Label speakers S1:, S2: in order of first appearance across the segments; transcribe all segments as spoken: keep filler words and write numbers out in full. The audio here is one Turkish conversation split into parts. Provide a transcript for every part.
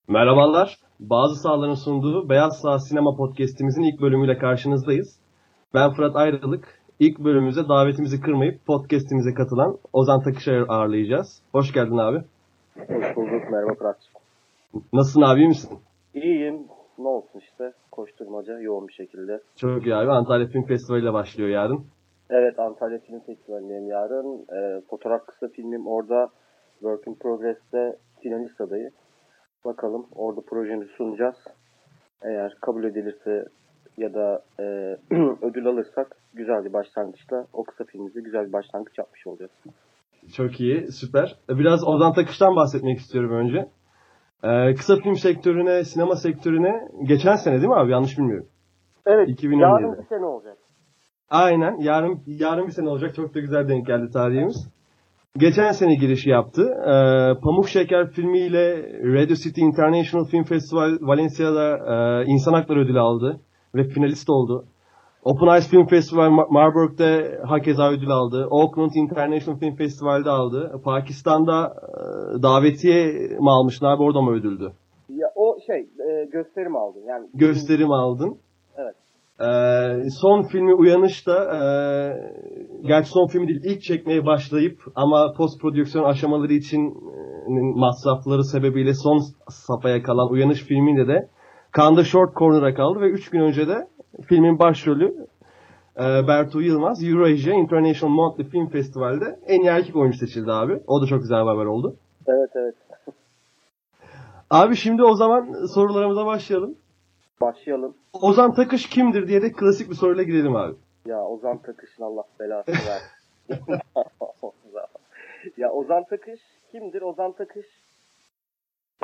S1: Merhabalar. Bazı sahaların sunduğu Beyaz Saha Sinema Podcast'imizin ilk bölümüyle karşınızdayız. Ben Fırat Ayrılık. İlk bölümümüze davetimizi kırmayıp podcast'imize katılan Ozan Takış'ı ağırlayacağız. Hoş geldin abi.
S2: Hoş bulduk. Merhaba Fırat.
S1: Nasılsın abi, iyi misin?
S2: İyiyim. Ne olsun işte. Koşturmaca yoğun bir şekilde.
S1: Çok iyi abi. Antalya Film Festivali ile başlıyor yarın.
S2: Evet, Antalya Film Festivali'ndeyim yarın. E, fotoğraf kısa filmim orada Work in Progress'te finalist adayı. Bakalım orada projemizi sunacağız. Eğer kabul edilirse ya da e, ödül alırsak güzel bir başlangıçla o kısa filmimizi güzel bir başlangıç yapmış olacağız.
S1: Çok iyi, süper. Biraz Ozan Takış'tan bahsetmek istiyorum önce. Ee, kısa film sektörüne, sinema sektörüne geçen sene değil mi abi? Yanlış bilmiyorum.
S2: Evet,
S1: iki bin on yedi.
S2: yarın bir sene olacak.
S1: Aynen, yarın yarın bir sene olacak. Çok da güzel denk geldi tarihimiz. Geçen sene girişi yaptı. Ee, Pamuk Şeker filmiyle Radio City International Film Festival Valencia'da e, İnsan Hakları Ödülü aldı ve finalist oldu. Open Eyes Film Festival Mar- Marburg'da hakeza ödül aldı. Auckland International Film Festival'de aldı. Pakistan'da e, davetiye mi almıştın abi, orada mı ödüldü?
S2: Ya o şey e, gösterim aldın yani.
S1: Gösterim aldın.
S2: Evet.
S1: Ee, son filmi Uyanış'ta e, gerçi son filmi değil, ilk çekmeye başlayıp ama post prodüksiyon aşamaları için e, masrafları sebebiyle son safhaya kalan Uyanış filminde de Cannes'da Short Corner'a kaldı ve üç gün önce de filmin başrolü e, Bertu Yılmaz Eurasia International Monthly Film Festival'de en iyi erkek oyuncu seçildi abi. O da çok güzel bir haber oldu.
S2: Evet evet.
S1: Abi şimdi o zaman sorularımıza başlayalım.
S2: Başlayalım.
S1: Ozan Takış kimdir diye de klasik bir soruyla gidelim abi.
S2: Ya Ozan Takış'ın Allah belasını versin. Ya Ozan Takış kimdir? Ozan Takış ee,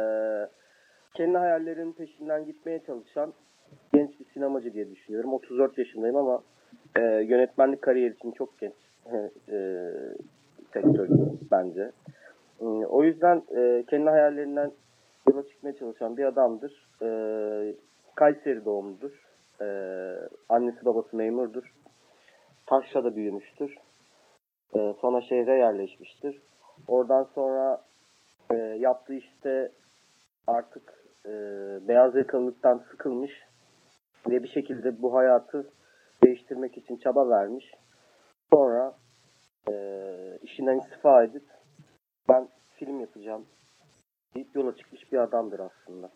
S2: kendi hayallerinin peşinden gitmeye çalışan genç bir sinemacı diye düşünüyorum. otuz dört yaşındayım ama e, yönetmenlik kariyeri için çok genç e, sektör bence. E, o yüzden e, kendi hayallerinden yola çıkmaya çalışan bir adamdır. E, Kayseri doğumludur. E, annesi babası memurdur. Taşra'da büyümüştür. E, sonra şehre yerleşmiştir. Oradan sonra e, yaptığı işte artık e, beyaz yakalılıktan sıkılmış ve bir şekilde bu hayatı değiştirmek için çaba vermiş. Sonra e, işinden istifa edip ben film yapacağım deyip yola çıkmış bir adamdır aslında.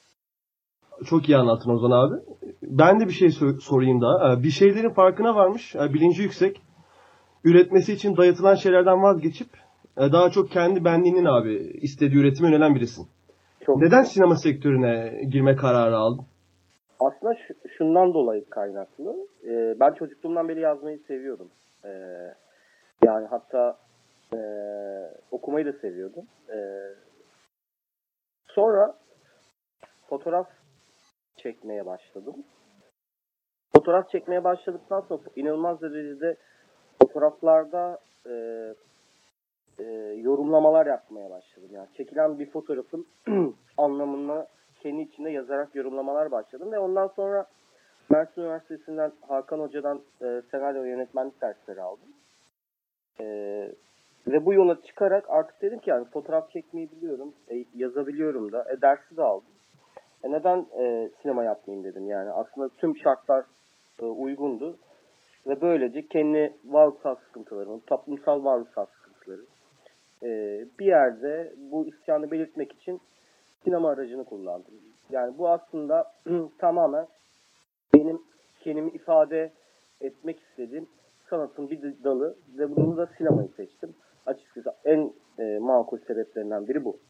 S1: Çok iyi anlattın Ozan abi. Ben de bir şey sor- sorayım daha. Bir şeylerin farkına varmış, bilinci yüksek. Üretmesi için dayatılan şeylerden vazgeçip daha çok kendi benliğinin abi istediği üretime yönelen birisin. Çok Neden güzel. Sinema sektörüne girme kararı aldın?
S2: Aslında ş- şundan dolayı kaynaklı. Ee, ben çocukluğumdan beri yazmayı seviyordum. Ee, yani hatta e, okumayı da seviyordum. Ee, sonra fotoğraf çekmeye başladım. Fotoğraf çekmeye başladıktan sonra inanılmaz derecede fotoğraflarda e, e, yorumlamalar yapmaya başladım. Yani çekilen bir fotoğrafın anlamını kendi içinde yazarak yorumlamalar başladım ve ondan sonra Mersin Üniversitesi'nden Hakan Hoca'dan e, senaryo yönetmenlik dersleri aldım. E, ve bu yola çıkarak artık dedim ki yani fotoğraf çekmeyi biliyorum, e, yazabiliyorum da, e, dersi de aldım. E, neden e, sinema yapmayayım dedim yani. Aslında tüm şartlar e, uygundu. Ve böylece kendi varoluşsal sıkıntılarımı, toplumsal varoluşsal sıkıntıları e, bir yerde bu isyanı belirtmek için sinema aracını kullandım. Yani bu aslında tamamen benim kendimi ifade etmek istediğim sanatın bir dalı ve bunu da sinemayı seçtim. Açıkçası en e, makul sebeplerinden biri bu.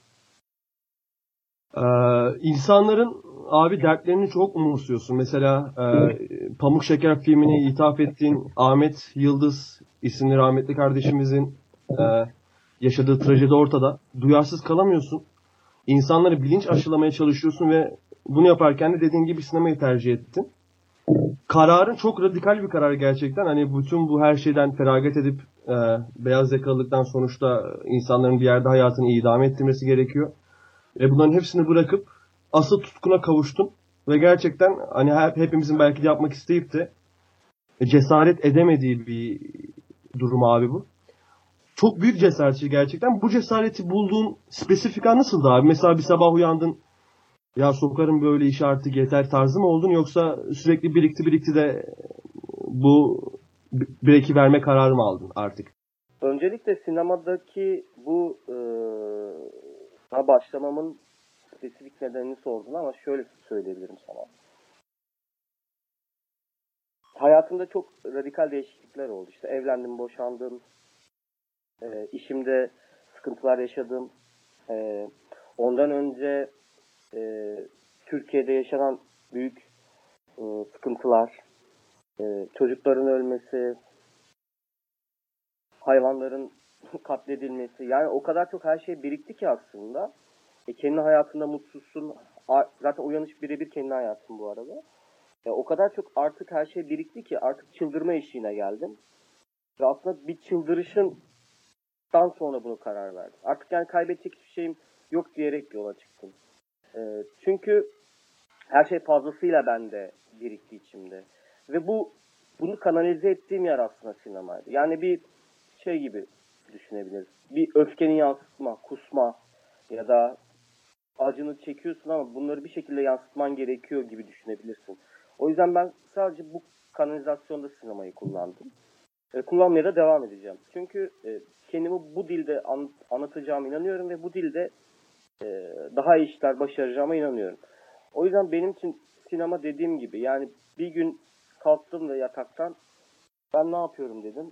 S1: Ee, insanların abi dertlerini çok umursuyorsun. Mesela e, Pamuk Şeker filmine ithaf ettiğin Ahmet Yıldız isimli rahmetli kardeşimizin e, yaşadığı trajedi ortada. Duyarsız kalamıyorsun. İnsanları bilinç aşılamaya çalışıyorsun ve bunu yaparken de dediğin gibi sinemayı tercih ettin. Kararın çok radikal bir karar gerçekten. Hani bütün bu her şeyden feragat edip e, beyaz yakalılıktan sonuçta insanların bir yerde hayatını idame ettirmesi gerekiyor. E bunların hepsini bırakıp asıl tutkuna kavuştun ve gerçekten hani hep, hepimizin belki de yapmak isteyip de cesaret edemediği bir durum abi bu. Çok büyük cesaretçi gerçekten. Bu cesareti bulduğun spesifik an nasıldı abi? Mesela bir sabah uyandın, ya sokarım böyle işi artık yeter tarzı mı oldun, yoksa sürekli birikti birikti de bu break'i verme kararı mı aldın artık?
S2: Öncelikle sinemadaki bu e, başlamamın spesifik nedenini sordun ama şöyle söyleyebilirim sana. Hayatımda çok radikal değişiklikler oldu. İşte evlendim, boşandım, e, işimde sıkıntılar yaşadım. E, ondan önce e, Türkiye'de yaşanan büyük e, sıkıntılar, e, çocukların ölmesi, hayvanların katledilmesi. Yani o kadar çok her şey birikti ki aslında. E, kendi hayatında mutsuzsun. Zaten uyanış birebir kendi hayatım bu arada. E, o kadar çok artık her şey birikti ki artık çıldırma eşiğine geldim. Ve aslında bir çıldırışından sonra bunu karar verdim. Artık yani kaybedecek hiçbir şeyim yok diyerek yola çıktım. E, çünkü her şey fazlasıyla bende birikti içimde. Ve bu bunu kanalize ettiğim yer aslında sinemaydı. Yani bir şey gibi düşünebiliriz. Bir öfkeni yansıtma, kusma ya da acını çekiyorsun ama bunları bir şekilde yansıtman gerekiyor gibi düşünebilirsin. O yüzden ben sadece bu kanalizasyonda sinemayı kullandım. E, kullanmaya da devam edeceğim. Çünkü e, kendimi bu dilde an, anlatacağıma inanıyorum ve bu dilde e, daha iyi işler başaracağıma inanıyorum. O yüzden benim için sinema dediğim gibi, yani bir gün kalktım ve yataktan ben ne yapıyorum dedim.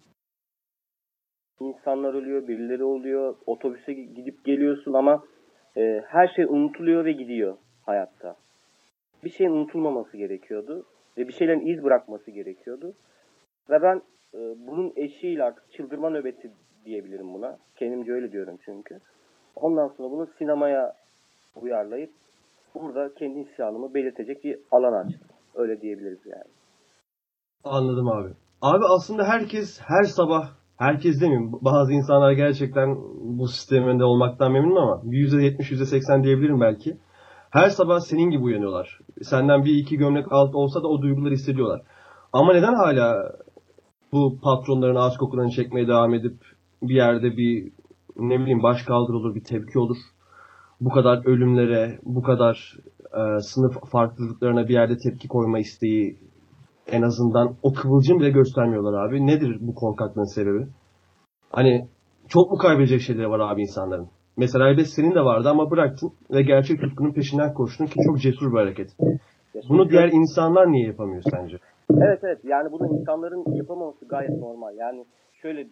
S2: İnsanlar ölüyor, birileri oluyor, otobüse gidip geliyorsun ama e, her şey unutuluyor ve gidiyor hayatta. Bir şeyin unutulmaması gerekiyordu ve bir şeylerin iz bırakması gerekiyordu. Ve ben e, bunun eşiğiyle artık çıldırma nöbeti diyebilirim buna. Kendimce öyle diyorum çünkü. Ondan sonra bunu sinemaya uyarlayıp burada kendi isyanımı belirtecek bir alan açtım. Öyle diyebiliriz yani.
S1: Anladım abi. Abi aslında herkes her sabah, herkes demeyeyim, bazı insanlar gerçekten bu sisteminde olmaktan memnun ama yüzde yetmiş yüzde seksen diyebilirim belki. Her sabah senin gibi uyanıyorlar. Senden bir iki gömlek alt olsa da o duyguları hissediyorlar. Ama neden hala bu patronların ağız kokularını çekmeye devam edip bir yerde bir, ne bileyim, başkaldırı olur, bir tepki olur. Bu kadar ölümlere, bu kadar e, sınıf farklılıklarına bir yerde tepki koyma isteği, en azından o kıvılcım bile göstermiyorlar abi. Nedir bu korkaklığın sebebi? Hani çok mu kaybedecek şeyleri var abi insanların? Mesela elbet senin de vardı ama bıraktın ve gerçek tutkunun peşinden koştun ki çok cesur bir hareket.
S2: Ya
S1: Bunu
S2: şimdi,
S1: diğer insanlar niye yapamıyor sence?
S2: evet evet, yani bunu insanların yapamaması gayet normal. Yani şöyle,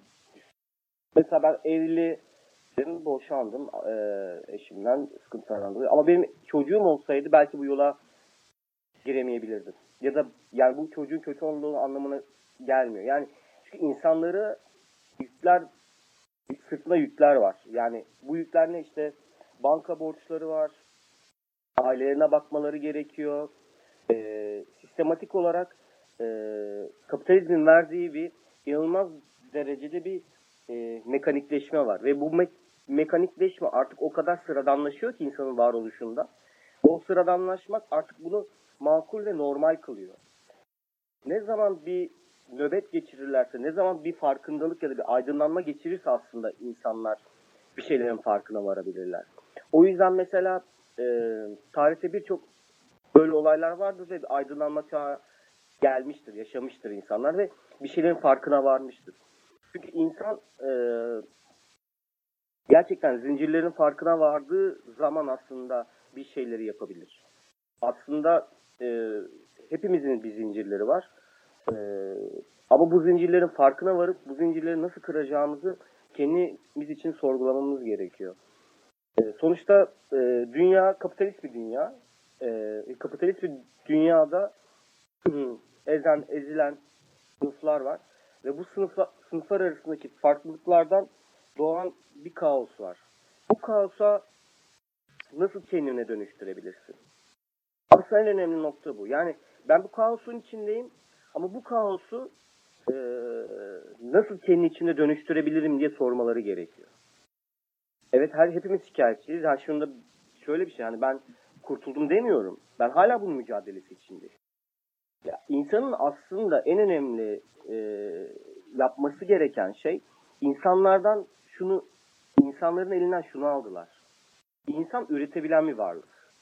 S2: mesela ben evli, boşandım e, eşimden sıkıntılardan dolayı. Ama benim çocuğum olsaydı belki bu yola giremeyebilirdim. Ya da yani bu çocuğun kötü olduğu anlamına gelmiyor. Yani çünkü insanları yükler, sırtına yükler var. Yani bu yükler ne, işte banka borçları var. Ailelerine bakmaları gerekiyor. E, sistematik olarak e, kapitalizmin verdiği bir inanılmaz derecede bir e, mekanikleşme var. Ve bu me- mekanikleşme artık o kadar sıradanlaşıyor ki insanın varoluşunda. O sıradanlaşmak artık bunu makul ve normal kılıyor. Ne zaman bir nöbet geçirirlerse, ne zaman bir farkındalık ya da bir aydınlanma geçirirse aslında insanlar bir şeylerin farkına varabilirler. O yüzden mesela e, tarihte birçok böyle olaylar vardır ve bir aydınlanma çağı gelmiştir, yaşamıştır insanlar ve bir şeylerin farkına varmıştır. Çünkü insan e, gerçekten zincirlerin farkına vardığı zaman aslında bir şeyleri yapabilir. Aslında e, hepimizin bir zincirleri var. E, ama bu zincirlerin farkına varıp bu zincirleri nasıl kıracağımızı kendimiz için sorgulamamız gerekiyor. E, sonuçta e, dünya kapitalist bir dünya. E, kapitalist bir dünyada ezen, ezilen sınıflar var. Ve bu sınıflar, sınıflar arasındaki farklılıklardan doğan bir kaos var. Bu kaosa nasıl kendine dönüştürebilirsin? Aslında en önemli nokta bu. Yani ben bu kaosun içindeyim ama bu kaosu e, nasıl kendi içinde dönüştürebilirim diye sormaları gerekiyor. Evet, her hepimiz şikayetçiyiz. Ha, şunda şöyle bir şey, yani ben kurtuldum demiyorum. Ben hala bunun mücadelesi içindeyim. Ya, insanın aslında en önemli e, yapması gereken şey, insanlardan şunu, insanların elinden şunu aldılar. İnsan üretebilen bir varlık.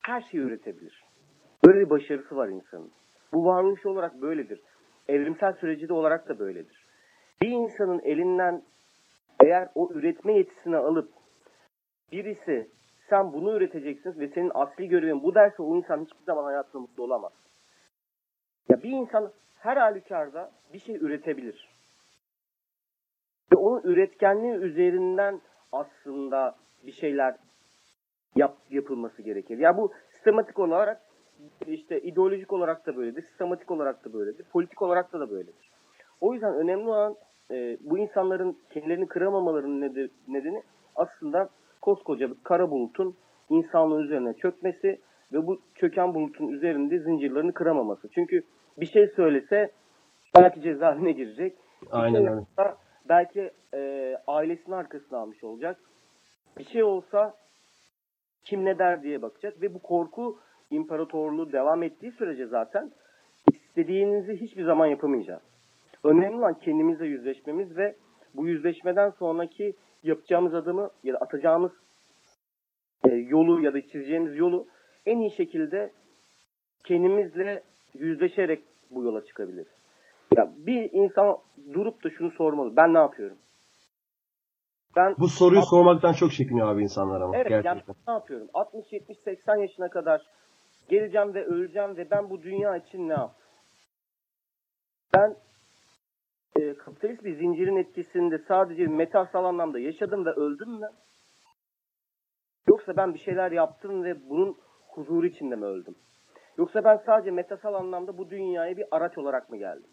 S2: her şeyi üretebilir. Böyle bir başarısı var insanın. Bu varoluş olarak böyledir. Evrimsel süreci de olarak da böyledir. Bir insanın elinden eğer o üretme yetisini alıp birisi sen bunu üreteceksin ve senin asli görevin bu derse o insan hiçbir zaman hayatında mutlu olamaz. Ya bir insan her halükarda bir şey üretebilir. Ve onun üretkenliği üzerinden aslında bir şeyler yap, yapılması gerekir. Ya bu sistematik olarak işte ideolojik olarak da böyledir, sistematik olarak da böyledir, politik olarak da da böyledir. O yüzden önemli olan e, bu insanların kendilerini kıramamalarının ned- nedeni aslında koskoca bir kara bulutun insanlığın üzerine çökmesi ve bu çöken bulutun üzerinde zincirlerini kıramaması. Çünkü bir şey söylese belki cezaevine girecek.
S1: Aynen
S2: Bir şey
S1: öyle.
S2: yapsa belki e, ailesinin arkasına almış olacak. Bir şey olsa kim ne der diye bakacak ve bu korku imparatorluğu devam ettiği sürece zaten istediğinizi hiçbir zaman yapamayacağız. Önemli olan kendimizle yüzleşmemiz ve bu yüzleşmeden sonraki yapacağımız adımı ya da atacağımız e, yolu ya da çizeceğimiz yolu en iyi şekilde kendimizle yüzleşerek bu yola çıkabiliriz. Ya bir insan durup da şunu sormalı. Ben ne yapıyorum? Ben
S1: Bu soruyu sormaktan çok çekiniyor abi insanlar ama.
S2: Evet,
S1: Gerçekten.
S2: yani ne yapıyorum? altmış yetmiş seksen yaşına kadar geleceğim ve öleceğim ve ben bu dünya için ne yaptım? Ben e, kapitalist bir zincirin etkisinde sadece metasal anlamda yaşadım ve öldüm mü? Yoksa ben bir şeyler yaptım ve bunun huzuru içinde mi öldüm? Yoksa ben sadece metasal anlamda bu dünyaya bir araç olarak mı geldim?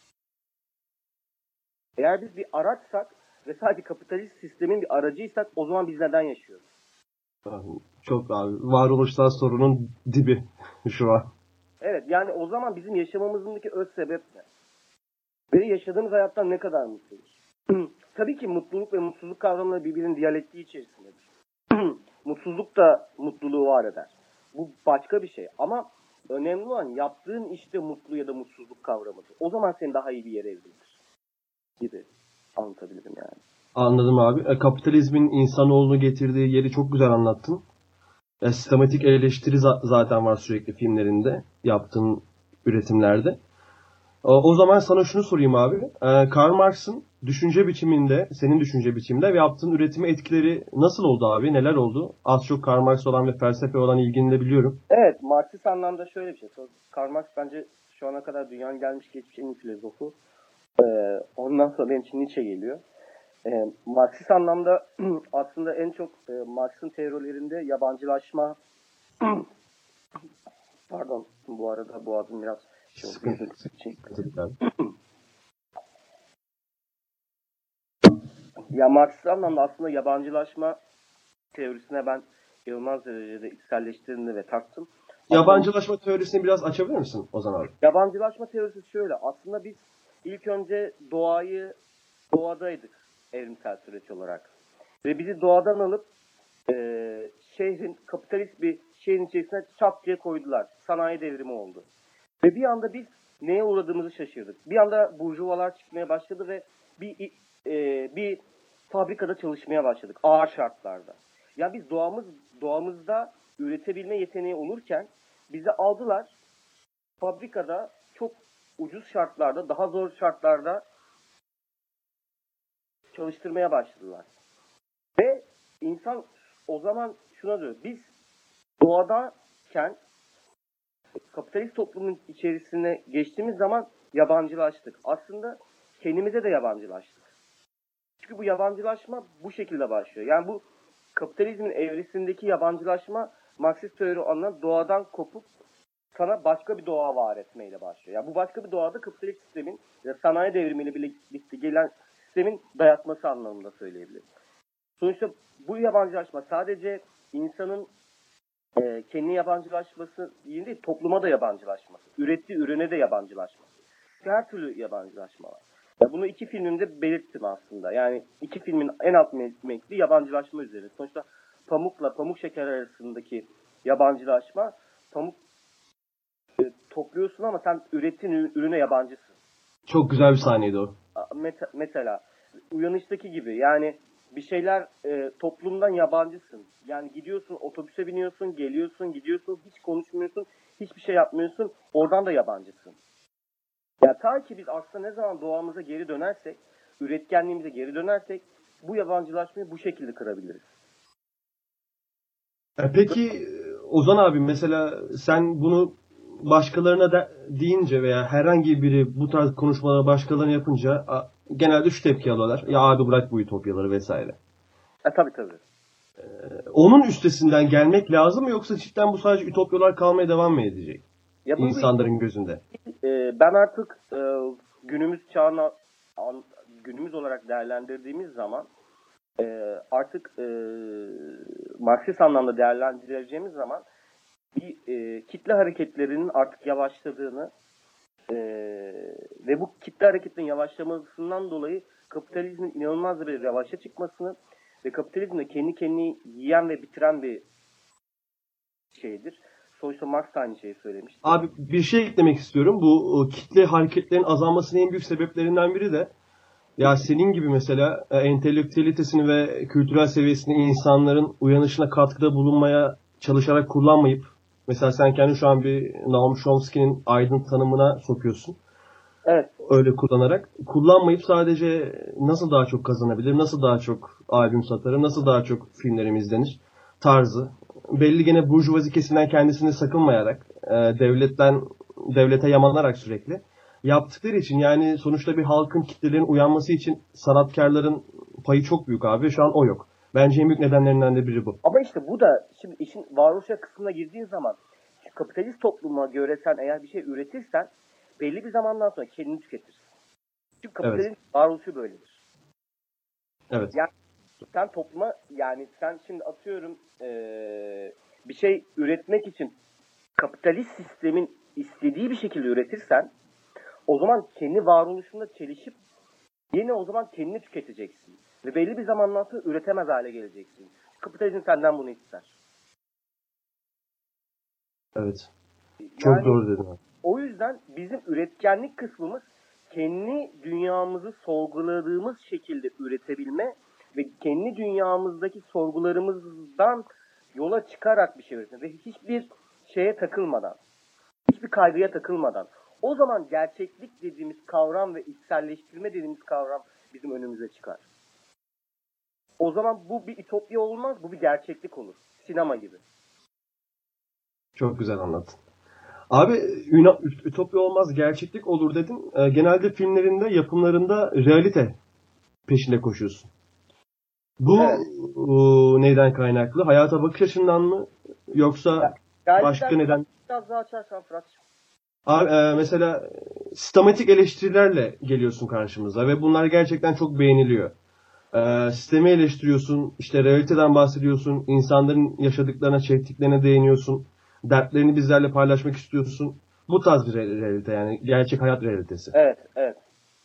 S2: Eğer biz bir araçsak ve sadece kapitalist sistemin bir aracıysak o zaman biz neden yaşıyoruz?
S1: Çok abi. Varoluşsal sorunun dibi şu an.
S2: Evet, yani o zaman bizim yaşamamızdaki öz sebep ne? Ve yaşadığımız hayattan ne kadar mutluyuz? Tabii ki mutluluk ve mutsuzluk kavramları birbirinin diyalektiği içerisindedir. Mutsuzluk da mutluluğu var eder. Bu başka bir şey. Ama önemli olan yaptığın işte mutlu ya da mutsuzluk kavramıdır. O zaman seni daha iyi bir yere evrilir gibi anlatabilirim yani.
S1: Anladım abi. E, kapitalizmin insanoğlunu getirdiği yeri çok güzel anlattın. E, sistematik eleştiri za- zaten var sürekli filmlerinde, yaptığın üretimlerde. O, o zaman sana şunu sorayım abi. E, Karl Marx'ın düşünce biçiminde, senin düşünce biçiminde ve yaptığın üretime etkileri nasıl oldu abi? Neler oldu? Az çok Karl Marx olan ve felsefe olan ilgini de biliyorum.
S2: Evet, Marksist anlamda şöyle bir şey. Karl Marx bence şu ana kadar dünyanın gelmiş geçmiş en iyi filozofu. Ee, ondan sonra benim için Nietzsche geliyor. E, Marksist anlamda aslında en çok e, Marx'ın teorilerinde yabancılaşma pardon bu arada boğazım biraz şey oldu. Ya Marksist anlamda aslında yabancılaşma teorisine ben inanılmaz derecede içselleştirdim ve taktım.
S1: Yabancılaşma aslında, teorisini biraz açabilir misin o zaman?
S2: Yabancılaşma teorisi şöyle. Aslında biz ilk önce doğayı doğadaydık evrimsel süreç olarak. Ve bizi doğadan alıp e, şehrin, kapitalist bir şehrin içerisine çat diye koydular. Sanayi devrimi oldu. Ve bir anda biz neye uğradığımızı şaşırdık. Bir anda burjuvalar çıkmaya başladı ve bir e, bir fabrikada çalışmaya başladık. Ağır şartlarda. Yani biz doğamız doğamızda üretebilme yeteneği olurken bizi aldılar fabrikada çok ucuz şartlarda, daha zor şartlarda çalıştırmaya başladılar. Ve insan o zaman şuna diyor. Biz doğadayken kapitalist toplumun içerisine geçtiğimiz zaman yabancılaştık. Aslında kendimize de yabancılaştık. Çünkü bu yabancılaşma bu şekilde başlıyor. Yani bu kapitalizmin evresindeki yabancılaşma Marksist teori anlamında doğadan kopup sana başka bir doğa var etmeyle başlıyor. Yani bu başka bir doğada kapitalist sistemin ya sanayi devrimiyle birlikte gelen sistemin dayatması anlamında söyleyebilirim. Sonuçta bu yabancılaşma sadece insanın e, kendi yabancılaşması değil, topluma da yabancılaşması. Ürettiği ürüne de yabancılaşması. Her türlü yabancılaşma var. Ya bunu iki filmimde belirttim aslında. Yani iki filmin en alt metni yabancılaşma üzerine. Sonuçta pamukla pamuk şeker arasındaki yabancılaşma, pamuk e, topluyorsun ama sen ürettiğin ürüne yabancısın.
S1: Çok güzel bir sahneydi o.
S2: Met- mesela uyanıştaki gibi yani bir şeyler e, toplumdan yabancısın. Yani gidiyorsun, otobüse biniyorsun, geliyorsun, gidiyorsun, hiç konuşmuyorsun, hiçbir şey yapmıyorsun. Oradan da yabancısın. Ya ta ki biz aslında ne zaman doğamıza geri dönersek, üretkenliğimize geri dönersek bu yabancılaşmayı bu şekilde kırabiliriz.
S1: E peki Ozan abi, mesela sen bunu başkalarına da deyince veya herhangi biri bu tarz konuşmaları başkalarına yapınca a, genelde şu tepki alıyorlar. Ya abi bırak bu ütopyaları vesaire.
S2: E tabii tabii.
S1: E, onun üstesinden gelmek lazım mı, yoksa cidden bu sadece ütopyalar kalmaya devam mı edecek
S2: Ya bu
S1: insanların gözünde?
S2: e, ben artık e, günümüz çağına an, günümüz olarak değerlendirdiğimiz zaman e, artık e, Marksist anlamda değerlendireceğimiz zaman bir e, kitle hareketlerinin artık yavaşladığını e, ve bu kitle hareketinin yavaşlamasından dolayı kapitalizmin inanılmaz bir yavaşa çıkmasını ve kapitalizm de kendi kendini yiyen ve bitiren bir şeydir. Sonuçta Marx da aynı şeyi söylemişti.
S1: Abi bir şey eklemek istiyorum. Bu o, kitle hareketlerin azalmasının en büyük sebeplerinden biri de ya senin gibi mesela e, entelektüelitesini ve kültürel seviyesini insanların uyanışına katkıda bulunmaya çalışarak kullanmayıp, mesela sen kendi şu an bir Noam Chomsky'nin aydın tanımına sokuyorsun.
S2: Evet.
S1: Öyle kullanarak. Kullanmayıp sadece nasıl daha çok kazanabilir, nasıl daha çok albüm satarım, nasıl daha çok filmlerim izlenir tarzı. Belli gene burjuvazi kesimden kendisini sakınmayarak, e, devletten devlete yamanarak sürekli yaptıkları için, yani sonuçta bir halkın, kitlelerin uyanması için sanatkarların payı çok büyük abi. Şu an o yok. Bence en büyük nedenlerinden de biri bu.
S2: Ama işte bu da şimdi işin varoluşa kısmına girdiğin zaman kapitalist topluma göre sen eğer bir şey üretirsen belli bir zamandan sonra kendini tüketirsin. Çünkü kapitalizm
S1: Evet.
S2: varoluşu böyledir.
S1: Evet.
S2: Yani sen topluma, yani sen şimdi atıyorum ee, bir şey üretmek için kapitalist sistemin istediği bir şekilde üretirsen o zaman kendi varoluşunda çelişip yine o zaman kendini tüketeceksin. Ve belli bir zamandan sonra üretemez hale geleceksin. Kapitalizm senden bunu ister.
S1: Evet. Çok
S2: Yani
S1: doğru dedin abi.
S2: o yüzden bizim üretkenlik kısmımız kendi dünyamızı sorguladığımız şekilde üretebilme ve kendi dünyamızdaki sorgularımızdan yola çıkarak bir şey üretme ve hiçbir şeye takılmadan, hiçbir kaygıya takılmadan. O zaman gerçeklik dediğimiz kavram ve içselleştirme dediğimiz kavram bizim önümüze çıkar. O zaman bu bir ütopya olmaz, bu bir gerçeklik olur. Sinema gibi.
S1: Çok güzel anlattın. Abi Üna- ütopya olmaz gerçeklik olur dedin. E, genelde filmlerinde, yapımlarında realite peşinde koşuyorsun. Bu
S2: Evet.
S1: e, neyden kaynaklı? Hayata bakış açından mı? Yoksa
S2: Ya,
S1: başka neden?
S2: biraz daha açarsan Fırat.
S1: Abi, e, mesela sistematik eleştirilerle geliyorsun karşımıza ve bunlar gerçekten çok beğeniliyor. E, sistemi eleştiriyorsun, işte realiteden bahsediyorsun, insanların yaşadıklarına, çektiklerine değiniyorsun, dertlerini bizlerle paylaşmak istiyorsun. Bu tarz bir re- realite, yani gerçek hayat realitesi.
S2: Evet, evet.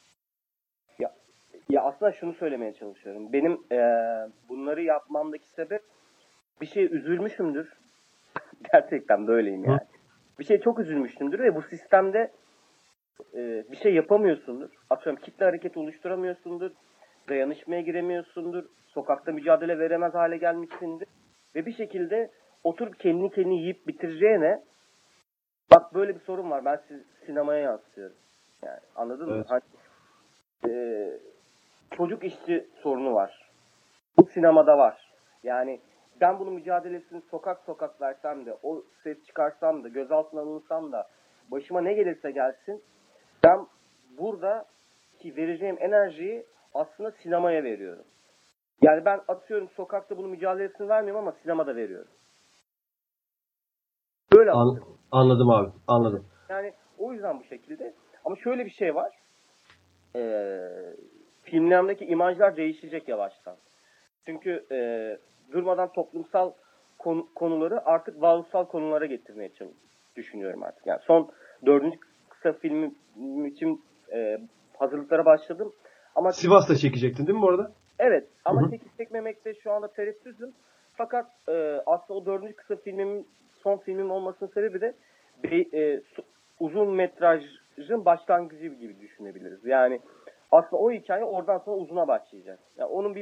S2: Ya, ya aslında şunu söylemeye çalışıyorum. Benim e, bunları yapmamdaki sebep bir şeye üzülmüşümdür. Gerçekten böyleyim yani.
S1: Hı?
S2: Bir şeye çok üzülmüştümdür ve bu sistemde e, bir şey yapamıyorsundur. Atıyorum kitle hareketi oluşturamıyorsundur. Dayanışmaya giremiyorsundur. Sokakta mücadele veremez hale gelmişsindir. Ve bir şekilde oturup kendini kendini yiyip bitireceğine, bak böyle bir sorun var, ben siz, sinemaya yansıtıyorum. Yani anladın mı?
S1: Evet.
S2: Hani, e, çocuk işçi sorunu var. Bu sinemada var. Yani ben bunun mücadelesini sokak sokak versem de, o ses çıkarsam da, gözaltına alınsam da, başıma ne gelirse gelsin, ben burada ki vereceğim enerjiyi aslında sinemaya veriyorum. Yani ben atıyorum sokakta bunun mücadelesini vermiyorum ama sinemada veriyorum. Böyle
S1: An-
S2: atıyorum.
S1: anladım abi, anladım.
S2: Yani o yüzden bu şekilde. Ama şöyle bir şey var. Ee, filmlerdeki imajlar değişecek yavaştan. Çünkü e, durmadan toplumsal konu, konuları artık varoluşsal konulara getirmeye düşünüyorum artık. Yani son dördüncü kısa filmim için e, hazırlıklara başladım. Ama
S1: Sivas'ta çekecektin değil mi bu arada?
S2: evet, ama
S1: Hı hı.
S2: çekip çekmemekte şu anda tereddütüm. Fakat e, aslında o dördüncü kısa filmim son filmim olmasının sebebi de bir, e, su, uzun metrajın başlangıcı gibi düşünebiliriz. Yani aslında o hikaye oradan sonra uzuna başlayacak. Yani onun bir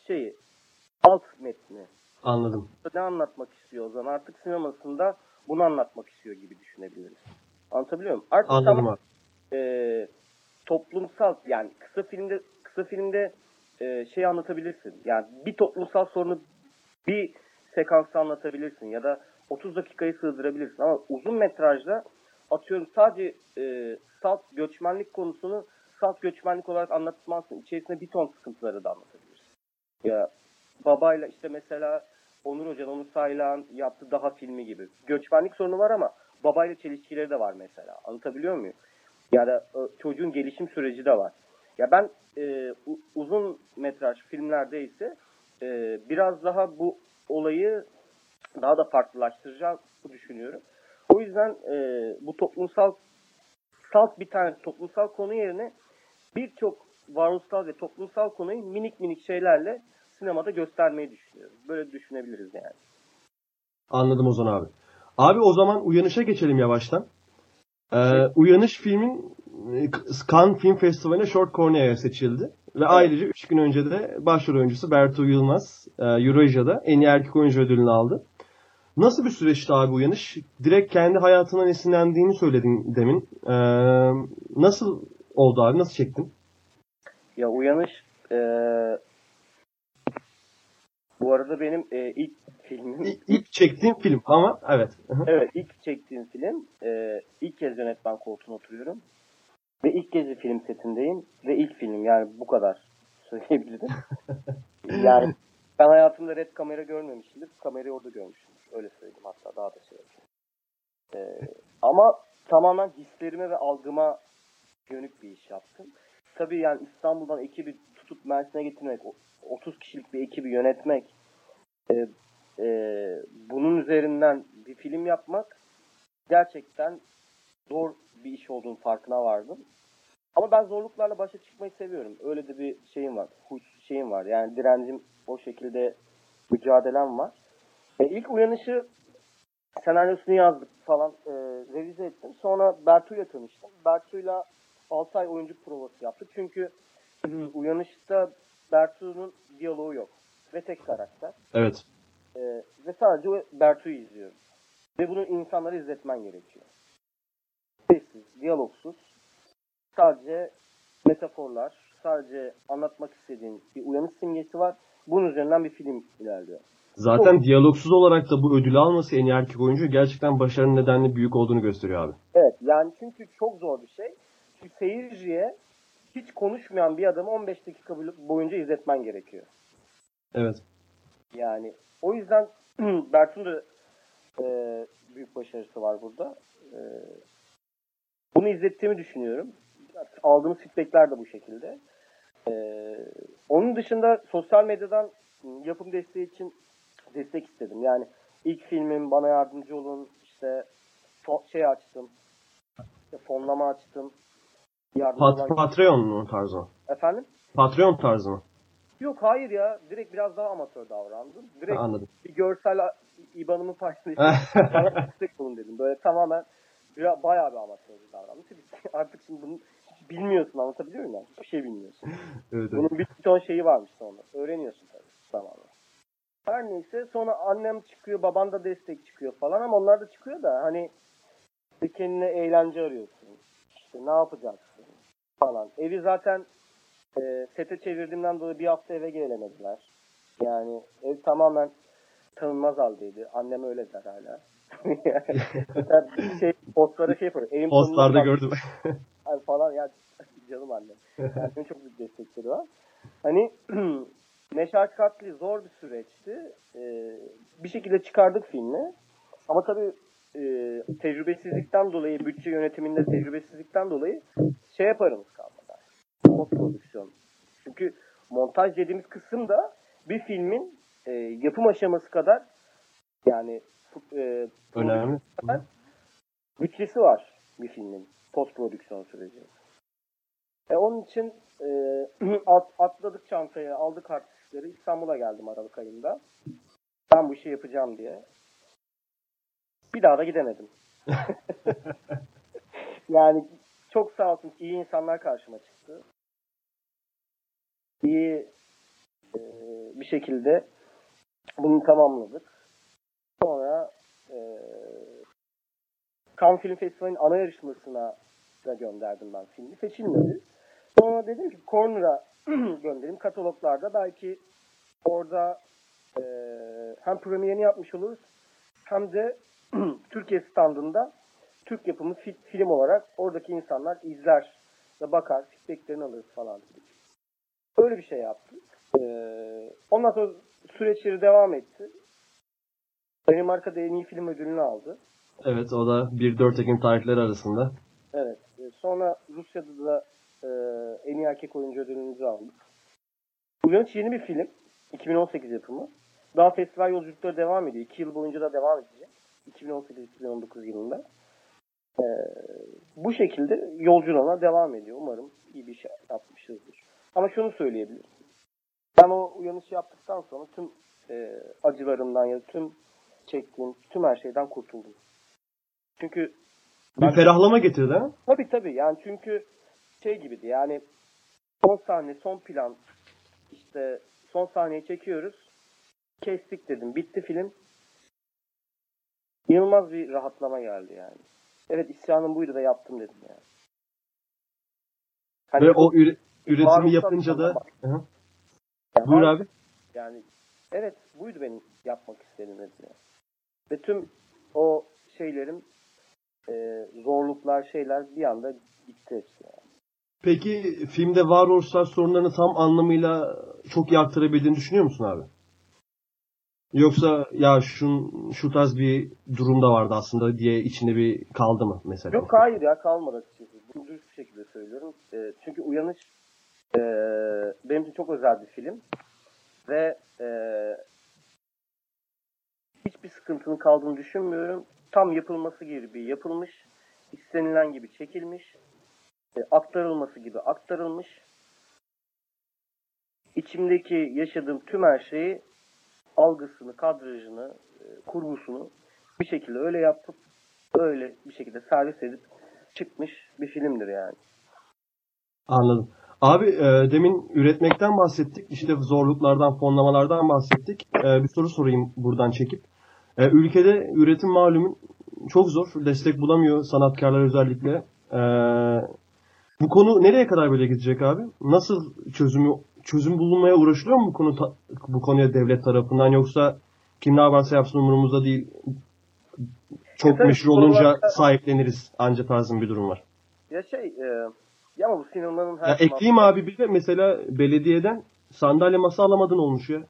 S2: şeyi, alt metni.
S1: Anladım.
S2: Ne anlatmak istiyor o zaman? Artık sinemasında bunu anlatmak istiyor gibi düşünebiliriz. Anlatabiliyor muyum? Artık
S1: Anladım
S2: tamam,
S1: abi.
S2: e, toplumsal, yani kısa filmde kısa filmde e, şey anlatabilirsin. Yani bir toplumsal sorunu bir sekansta anlatabilirsin ya da otuz dakikayı sığdırabilirsin ama uzun metrajda atıyorum sadece e, salt göçmenlik konusunu salt göçmenlik olarak anlatmazsın. İçerisinde bir ton sıkıntıları da anlatabilirsin. Ya babayla işte mesela Onur Hoca'nın, Onur Saylan yaptığı Daha filmi gibi. Göçmenlik sorunu var ama babayla çelişkileri de var mesela. Anlatabiliyor muyum? Ya da çocuğun gelişim süreci de var. Ya ben e, uzun metraj filmlerde ise e, biraz daha bu olayı daha da farklılaştıracağım düşünüyorum. O yüzden e, bu toplumsal salt bir tane toplumsal konu yerine birçok varoluşsal ve toplumsal konuyu minik minik şeylerle sinemada göstermeyi düşünüyorum. Böyle düşünebiliriz yani.
S1: Anladım Ozan abi. Abi o zaman Uyanış'a geçelim yavaştan. Ee, Uyanış filmin e, Cannes Film Festivali'ne Short Cornea'ya seçildi. Ve evet, ayrıca üç gün önce de başrol oyuncusu Bertu Yılmaz e, Eurasia'da en iyi erkek oyuncu ödülünü aldı. Nasıl bir süreçti abi Uyanış? Direkt kendi hayatından esinlendiğini söyledin demin. Ee, nasıl oldu abi? Nasıl çektin?
S2: Ya Uyanış e, bu arada benim e, ilk filmim.
S1: İlk, ilk çektiğim film ama evet.
S2: Evet, ilk çektiğim film. E, ilk kez yönetmen koltuğuna oturuyorum. Ve ilk kez bir film setindeyim. Ve ilk film, yani bu kadar söyleyebilirim. Yani ben hayatımda red kamera görmemişimdir. Kamerayı orada görmüşümdür. Öyle söyleyeyim, hatta daha da şey yapayım. Ee, ama tamamen hislerime ve algıma dönük bir iş yaptım. Tabii yani İstanbul'dan ekibi tutup Mersin'e getirmek, otuz kişilik bir ekibi yönetmek, e, e, bunun üzerinden bir film yapmak gerçekten zor bir iş olduğunu farkına vardım. Ama ben zorluklarla başa çıkmayı seviyorum. Öyle de bir şeyim var. Huş şeyim var. Yani direncim, o şekilde mücadelem var. E, ilk Uyanış'ı senaryosunu yazdık falan, e, revize ettim. Sonra Bertu'yla tanıştım. Bertu'yla altı ay oyuncu provası yaptık. Çünkü Uyanış'ta Bertu'nun diyaloğu yok. Ve tek karakter.
S1: Evet.
S2: E, ve sadece Bertu'yu izliyorum. Ve bunu insanlara izletmen gerekiyor. Sessiz, diyalogsuz. Sadece metaforlar, sadece anlatmak istediğin bir uyanış simgesi var. Bunun üzerinden bir film ilerliyor.
S1: Zaten
S2: çok...
S1: diyalogsuz olarak da bu ödülü alması en iyi erkek oyuncu gerçekten başarının nedenli büyük olduğunu gösteriyor abi.
S2: Evet, yani çünkü çok zor bir şey. Çünkü seyirciye hiç konuşmayan bir adamı on beş dakika boyunca izletmen gerekiyor.
S1: Evet.
S2: Yani o yüzden Bert'un da e, büyük başarısı var burada. E, bunu izlettiğimi düşünüyorum. Aldığımız feedbackler de bu şekilde. Ee, onun dışında sosyal medyadan yapım desteği için destek istedim. Yani ilk filmim, bana yardımcı olun, işte şey açtım, işte fonlama açtım.
S1: Pat- olan... Patreon mu tarzı mı?
S2: Efendim?
S1: Patreon tarzı mı?
S2: Yok, hayır ya. Direkt biraz daha amatör davrandım. Direkt
S1: ha, anladım.
S2: Bir görsel İ B A N'ımı paylaşıp bana destek olun dedim. Böyle tamamen biraz, bayağı bir amatör bir davrandım. Artık şimdi bunu hiç bilmiyorsun, anlatabiliyor muyum? Yani? Hiçbir şey bilmiyorsun.
S1: Evet,
S2: Bunun
S1: evet.
S2: bir ton şeyi varmış sonra. Öğreniyorsun tabii tamamen. Her neyse, sonra annem çıkıyor, baban da destek çıkıyor falan, ama onlar da çıkıyor da hani kendine eğlence arıyorsun. İşte ne yapacaksın falan. Evi zaten e, sete çevirdiğimden dolayı bir hafta eve gelemediler. Yani ev tamamen tanınmaz haldeydi. Annem öyle der hala. Mesela şey, postlara şey yapıyor. Evim
S1: postlarda gördüm.
S2: yani falan ya, canım annem. Yani çok büyük destekleri var. Hani meşakkatli, zor bir süreçti. Ee, bir şekilde çıkardık filmi. Ama tabii e, tecrübesizlikten dolayı, bütçe yönetiminde tecrübesizlikten dolayı şey yaparımız kalmadı. Post prodüksiyon. Çünkü montaj dediğimiz kısım da bir filmin e, yapım aşaması kadar, yani e,
S1: önemli
S2: kadar bütçesi var bir filmin post prodüksiyon süreci. E, onun için e, at, atladık çantaya, aldık artistleri. İstanbul'a geldim Aralık ayında. Ben bu işi yapacağım diye. Bir daha da gidemedim. Yani çok sağ olsun, iyi insanlar karşıma çıktı. İyi e, bir şekilde bunu tamamladık. Sonra e, Cannes Film Festivali'nin ana yarışmasına da gönderdim ben filmi. Seçilmedi. Sonra dedim ki Corner'a göndereyim. Kataloglarda belki orada e, hem premierini yapmış oluruz hem de Türkiye standında Türk yapımı fi- film olarak oradaki insanlar izler ve bakar, feedbacklerini alırız falan dedik. Öyle bir şey yaptık. Ee, ondan sonra süreçleri devam etti. Danimarka'da en iyi film ödülünü aldı.
S1: Evet, o da bir dört Ekim tarihleri arasında.
S2: Evet. Sonra Rusya'da da e, en iyi erkek oyuncu ödülünü aldık. Uyanış yeni bir film. iki bin on sekiz yapımı. Daha festival yolculukları devam ediyor. iki yıl boyunca da devam edecek. iki bin on sekiz iki bin on dokuz yılında. Ee, bu şekilde yolculuğuna devam ediyor. Umarım iyi bir şey yapmışızdır. Ama şunu söyleyebilirim. Ben o uyanışı yaptıktan sonra tüm e, acılarımdan ya da tüm çektiğim tüm her şeyden kurtuldum. Çünkü
S1: bir ferahlama getirdi ha?
S2: Tabii tabii. Yani çünkü şey gibiydi. Yani son sahne, son plan, işte son sahneyi çekiyoruz. Kestik dedim. Bitti film. İnanılmaz bir rahatlama geldi yani. Evet, isyanım buydu da yaptım dedim yani.
S1: Hani ve o üre- üretimi yapınca da
S2: yani
S1: buyur abi.
S2: Yani evet, buydu benim yapmak istediğim dedim yani. Ve tüm o şeylerim e, zorluklar, şeyler bir anda gitti hepsi yani.
S1: Peki filmde varoluşsal sorunlarını tam anlamıyla çok iyi aktarabildiğini düşünüyor musun abi? Yoksa ya şu, şu tarz bir durum da vardı aslında diye içinde bir kaldı mı mesela?
S2: Yok, hayır ya, kalmadı açıkçası. Bunu dürüst bir şekilde söylüyorum. E, çünkü Uyanış e, benim için çok özel bir film. Ve e, hiçbir sıkıntının kaldığını düşünmüyorum. Tam yapılması gibi yapılmış. İstenilen gibi çekilmiş. E, aktarılması gibi aktarılmış. İçimdeki yaşadığım tüm her şeyi, algısını, kadrajını, e, kurgusunu bir şekilde öyle yapıp öyle bir şekilde servis edip çıkmış bir filmdir yani.
S1: Anladım. Abi e, demin üretmekten bahsettik. İşte zorluklardan, fonlamalardan bahsettik. E, bir soru sorayım buradan çekip. E, ülkede üretim malumun çok zor. Destek bulamıyor sanatkarlar özellikle. E, bu konu nereye kadar böyle gidecek abi? Nasıl çözümü çözüm bulunmaya uğraşılıyor mu bu konu ta, bu konuya devlet tarafından, yoksa kim ne yaparsa yapsın umurumuzda değil. Çok
S2: e
S1: meşhur olunca olarak sahipleniriz anca tarzın bir durum var.
S2: Ya şey e, ya ama bu sinemanın her
S1: ya
S2: zaman...
S1: ekleyeyim abi, bir de mesela belediyeden sandalye masa alamadın olmuş ya.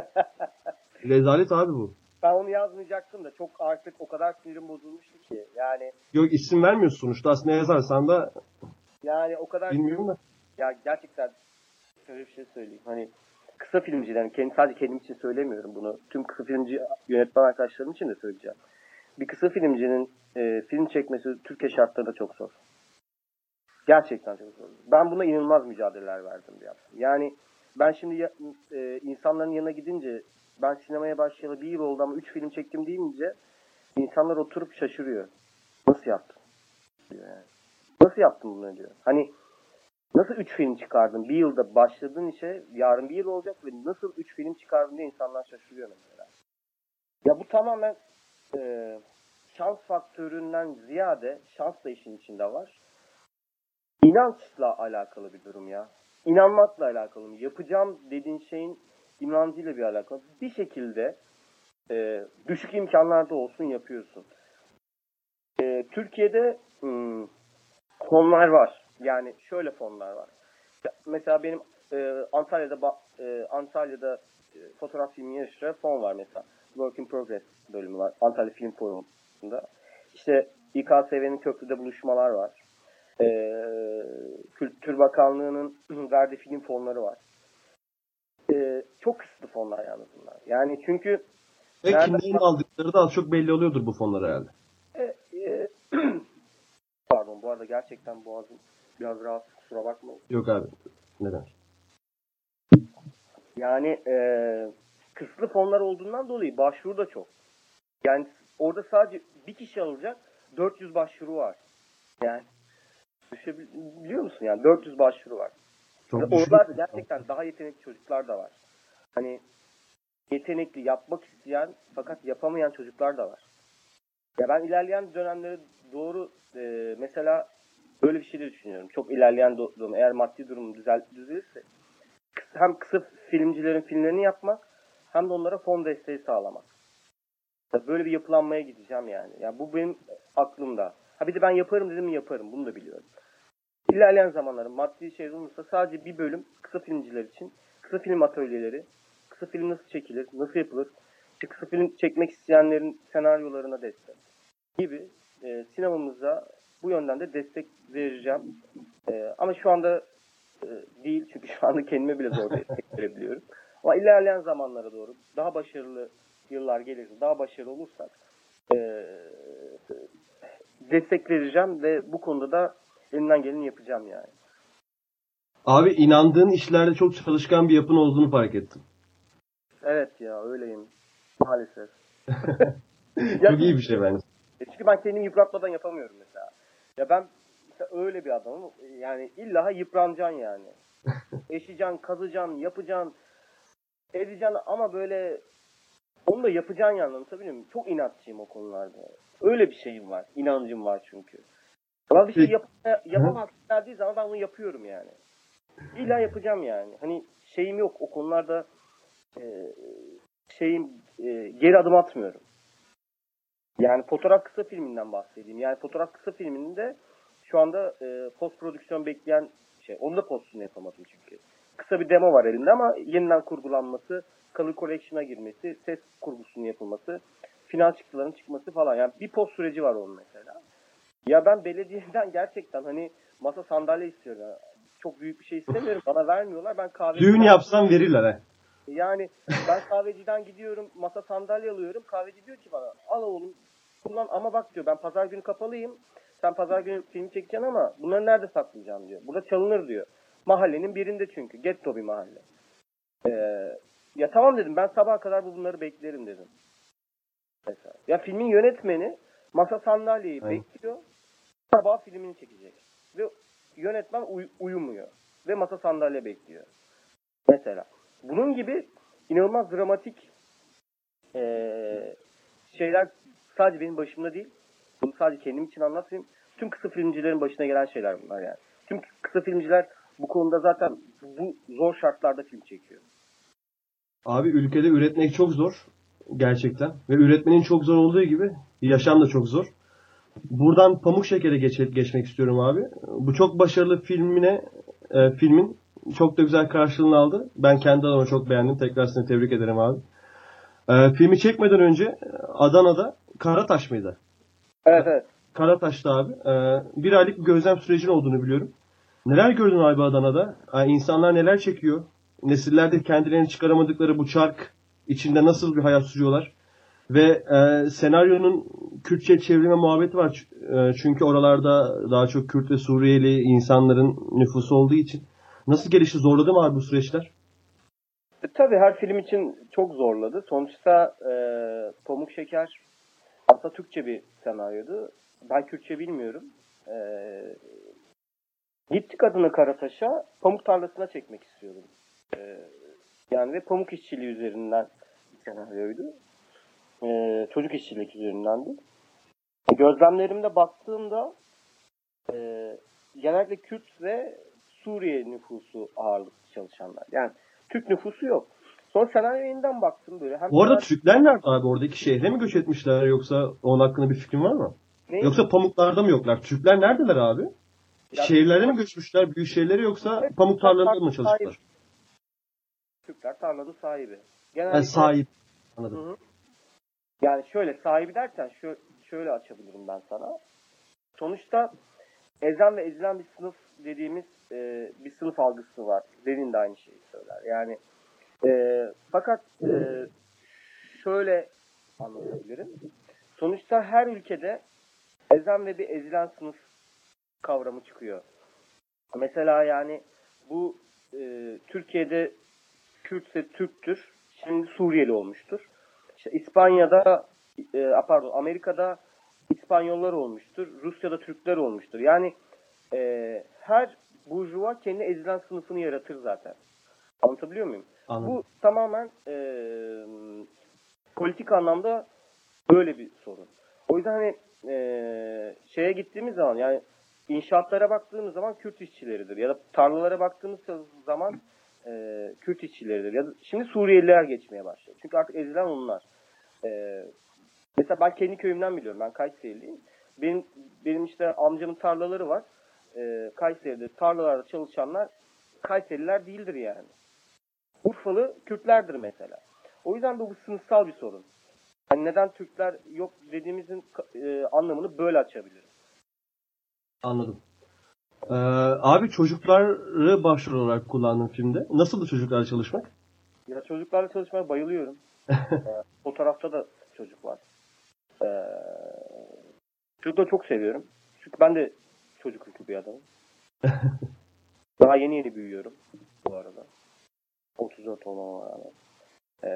S1: Rezalet abi bu.
S2: Ben onu yazmayacaktım da çok artık o kadar sinirim bozulmuştu ki yani.
S1: Yok, isim vermiyorsun sonuçta, aslında yazarsan da
S2: yani o kadar
S1: bilmiyorum da.
S2: Ya gerçekten şöyle bir şey söyleyeyim. Hani kısa filmcilerin, kendi, sadece kendim için söylemiyorum bunu. Tüm kısa filmci yönetmen arkadaşlarım için de söyleyeceğim. Bir kısa filmcinin e, film çekmesi Türkiye şartlarında çok zor. Gerçekten çok zor. Ben buna inanılmaz mücadeleler verdim bir yaptım. Yani ben şimdi ya, e, insanların yanına gidince, ben sinemaya başlayalı bir yıl oldu ama üç film çektim deyince insanlar oturup şaşırıyor. Nasıl yaptın? Diyor yani. Nasıl yaptın bunu diyor. Hani nasıl üç film çıkardın? Bir yılda başladığın işe yarın bir yıl olacak ve nasıl üç film çıkardın diye insanlar şaşırıyor mesela. Ya bu tamamen e, şans faktöründen ziyade, şans da işin içinde var. İnançla alakalı bir durum ya. İnanmakla alakalı. Yapacağım dediğin şeyin inancıyla bir alakalı. Bir şekilde e, düşük imkanlarda olsun yapıyorsun. E, Türkiye'de hmm, fonlar var. Yani şöyle fonlar var. Mesela benim e, Antalya'da e, Antalya'da e, fotoğraf filmi yarıştıran fon var mesela. Work in Progress bölümü var. Antalya Film Forumu'nda. İşte İ K S V'nin köprüde buluşmalar var. E, Kültür Bakanlığı'nın verdiği film fonları var. E, çok kısıtlı fonlar yalnız bunlar. Yani çünkü
S1: Ve kimlerin aldıkları da az çok belli oluyordur bu fonlar herhalde.
S2: E, e, pardon, bu arada gerçekten boğazım biraz rahatsız, kusura bakmayın.
S1: Yok abi. Neden?
S2: Yani e, kısıtlı fonlar olduğundan dolayı başvuru da çok. Yani orada sadece bir kişi alacak, dört yüz başvuru var. Yani düşünebiliyor musun yani, dört yüz başvuru var. Ve oralarda gerçekten daha yetenekli çocuklar da var. Hani yetenekli, yapmak isteyen fakat yapamayan çocuklar da var. Ya ben ilerleyen dönemlere doğru e, mesela böyle bir şey de düşünüyorum. Çok ilerleyen durum, eğer maddi durum düzel, düzelirse hem kısa filmcilerin filmlerini yapmak hem de onlara fon desteği sağlamak. Böyle bir yapılanmaya gideceğim yani. Ya bu benim aklımda. Ha bir de ben yaparım dedim mi yaparım. Bunu da biliyorum. İlerleyen zamanların maddi şey olursa sadece bir bölüm kısa filmciler için kısa film atölyeleri, kısa film nasıl çekilir, nasıl yapılır, işte kısa film çekmek isteyenlerin senaryolarına destek gibi e, sinemamıza bu yönden de destek vereceğim. E, ama şu anda e, değil çünkü şu anda kendime bile zor destek verebiliyorum. Ama ilerleyen zamanlara doğru daha başarılı yıllar gelirse, daha başarılı olursak e, destek vereceğim ve bu konuda da elimden geleni yapacağım yani.
S1: Abi inandığın işlerde çok çalışkan bir yapın olduğunu fark ettim.
S2: Evet ya öyleyim. Maalesef.
S1: Çok iyi bir şey bence.
S2: Çünkü ben kendimi yıpratmadan yapamıyorum mesela. Ya ben mesela öyle bir adamım. Yani illa yıpranacaksın yani. Eşeceksin, kazacaksın, yapacaksın, edeceksin ama böyle onu da yapacaksın yani, anlatabiliyor muyum? Çok inatçıyım o konularda. Öyle bir şeyim var. İnancım var çünkü. Ama bir şey yap yapamaz geldiği zaman ben onu yapıyorum yani. İlla yapacağım yani. Hani şeyim yok o konularda, e, şeyim e, geri adım atmıyorum. Yani fotoğraf kısa filminden bahsedeyim. Yani fotoğraf kısa filminde şu anda e, post prodüksiyon bekleyen şey. Onu da postunu yapamadım çünkü. Kısa bir demo var elimde ama yeniden kurgulanması, color correction'a girmesi, ses kurgusunun yapılması, final çıktıların çıkması falan. Yani bir post süreci var onun mesela. Ya ben belediyeden gerçekten hani masa sandalye istiyorum. Yani çok büyük bir şey istemiyorum. Bana vermiyorlar. Ben kahveciden...
S1: Düğün yapsam verirler he.
S2: Yani ben kahveciden gidiyorum, masa sandalye alıyorum. Kahveci diyor ki bana al oğlum kullan ama bak diyor ben pazar günü kapalıyım. Sen pazar günü film çekeceksin ama bunları nerede saklayacağım diyor. Burada çalınır diyor. Mahallenin birinde çünkü. Getto bir mahalle. Ee, ya tamam dedim ben sabaha kadar bunları beklerim dedim. Mesela. Ya filmin yönetmeni masa sandalyeyi
S1: Aynen.
S2: bekliyor. Sabah filmini çekecek. Ve yönetmen uy- uyumuyor. Ve masa sandalye bekliyor. Mesela. Bunun gibi inanılmaz dramatik ee, şeyler sadece benim başımda değil. Bunu sadece kendim için anlatmayayım. Tüm kısa filmcilerin başına gelen şeyler bunlar yani. Tüm kısa filmciler bu konuda zaten bu zor şartlarda film çekiyor.
S1: Abi ülkede üretmek çok zor. Gerçekten. Ve üretmenin çok zor olduğu gibi yaşam da çok zor. Buradan Pamuk Şeker'e geç, geçmek istiyorum abi. Bu çok başarılı filmine e, filmin çok da güzel karşılığını aldı. Ben kendi adıma çok beğendim. Tekrar seni tebrik ederim abi. E, filmi çekmeden önce Adana'da Karataş mıydı?
S2: Evet evet.
S1: Karataş'ta abi. E, bir aylık bir gözlem sürecin olduğunu biliyorum. Neler gördün abi Adana'da? E, insanlar neler çekiyor? Nesillerde kendilerini çıkaramadıkları bu çark içinde nasıl bir hayat sürüyorlar? Ve e, senaryonun Kürtçe çevrime muhabbeti var. E, çünkü oralarda daha çok Kürt ve Suriyeli insanların nüfusu olduğu için. Nasıl gelişti? Zorladı mı abi bu süreçler?
S2: E, tabii her film için çok zorladı. Sonuçta e, Pamuk Şeker aslında Türkçe bir senaryodu. Ben Kürtçe bilmiyorum. E, gittik adına Karataş'a pamuk tarlasına çekmek istiyordum. E, yani ve pamuk işçiliği üzerinden bir senaryoydu. E, çocuk işçilik üzerindendi. E, gözlemlerimde baktığımda e, genellikle Kürt ve Suriye nüfusu ağırlıklı çalışanlar. Yani Türk nüfusu yok. Sonra senaryo yeniden baktım böyle. Hem
S1: Bu arada
S2: senaryo...
S1: Türkler nerede abi? Oradaki şehre mi göç etmişler yoksa onun hakkında bir fikrin var mı?
S2: Ne?
S1: Yoksa pamuklarda mı yoklar? Türkler neredeler abi?
S2: Ya,
S1: Şehirlere mi göçmüşler? Büyük şehirlere yoksa
S2: evet,
S1: pamuk
S2: Türkler
S1: tarlalarında mı
S2: tarlanın sahibi.
S1: çalıştılar?
S2: Türkler tarlanın sahibi.
S1: Yani
S2: Genellikle
S1: sahip. Anladım.
S2: hı hı. Yani şöyle sahibi derken şöyle, şöyle açabilirim ben sana. Sonuçta ezen ve ezilen bir sınıf dediğimiz e, bir sınıf algısı var. Derin de aynı şeyi söyler. Yani e, fakat e, şöyle anlatabilirim. Sonuçta her ülkede ezen ve bir ezilen sınıf kavramı çıkıyor. Mesela yani bu e, Türkiye'de Kürtse Türktür. Şimdi Suriyeli olmuştur. İşte İspanya'da e, pardon Amerika'da İspanyollar olmuştur. Rusya'da Türkler olmuştur. Yani e, her burjuva kendi ezilen sınıfını yaratır zaten. Anlatabiliyor muyum?
S1: Anladım.
S2: Bu tamamen e, politik anlamda böyle bir sorun. O yüzden hani e, şeye gittiğimiz zaman, yani inşaatlara baktığımız zaman Kürt işçileridir. Ya da tarlalara baktığımız zaman e, Kürt işçileridir. Ya da şimdi Suriyeliler geçmeye başladı. Çünkü artık ezilen onlar. E, mesela ben kendi köyümden biliyorum. Ben Kayseriliyim. Benim, benim işte amcamın tarlaları var. E, Kayseri'de tarlalarda çalışanlar Kayseriler değildir yani. Urfalı Kürtlerdir mesela. O yüzden bu, bu sınıfsal bir sorun. Yani neden Türkler yok dediğimizin e, anlamını böyle açabiliriz.
S1: Anladım. Ee, abi çocukları başrol olarak kullandın filmde. Nasıldı çocuklarla çalışmak?
S2: Ya çocuklarla çalışmaya bayılıyorum. e, fotoğrafta da çocuk var. E, çocukları çok seviyorum. Çünkü ben de çocuk hükü bir adamım. Daha yeni yeni büyüyorum bu arada. otuz dört olmama rağmen. E,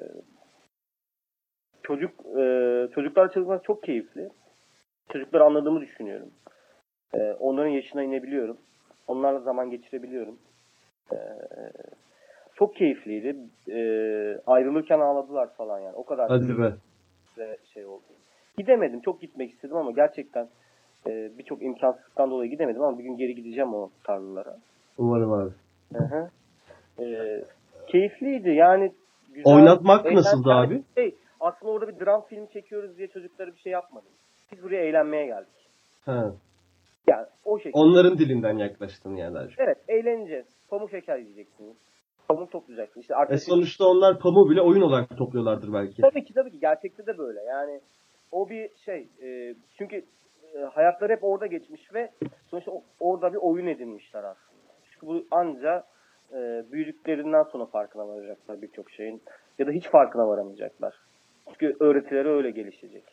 S2: çocuk e, çocuklarla çalışmak çok keyifli. Çocukları anladığımı düşünüyorum. E, onların yaşına inebiliyorum. Onlarla zaman geçirebiliyorum. E, çok keyifliydi. E, ayrılırken ağladılar falan yani. O kadar
S1: Hadi be.
S2: şey oldu. Gidemedim. Çok gitmek istedim ama gerçekten e, birçok imkansızlıktan dolayı gidemedim ama bir gün geri gideceğim o tarlalara.
S1: Umarım abi.
S2: Hı hı. E, keyifliydi. Yani güzel.
S1: Oynatmak nasıldı
S2: yani
S1: abi?
S2: Şey, aslında orada bir dram filmi çekiyoruz diye çocuklara bir şey yapmadım. Biz buraya eğlenmeye geldik.
S1: Ha.
S2: Yani o şekilde.
S1: Onların dilinden yaklaştın yani daha çok.
S2: Evet, eğleneceğiz. Pamuk şeker yiyeceksiniz. Pamuk toplayacaksınız. İşte
S1: E
S2: arkadaşlar...
S1: sonuçta onlar pamuğu bile oyun olarak topluyorlardır belki.
S2: Tabii ki tabii ki. Gerçekte de böyle. Yani o bir şey. E, çünkü e, hayatları hep orada geçmiş ve sonuçta o, orada bir oyun edinmişler aslında. Çünkü bu anca e, büyüdüklerinden sonra farkına varacaklar birçok şeyin. Ya da hiç farkına varamayacaklar. Çünkü öğretileri öyle gelişecek.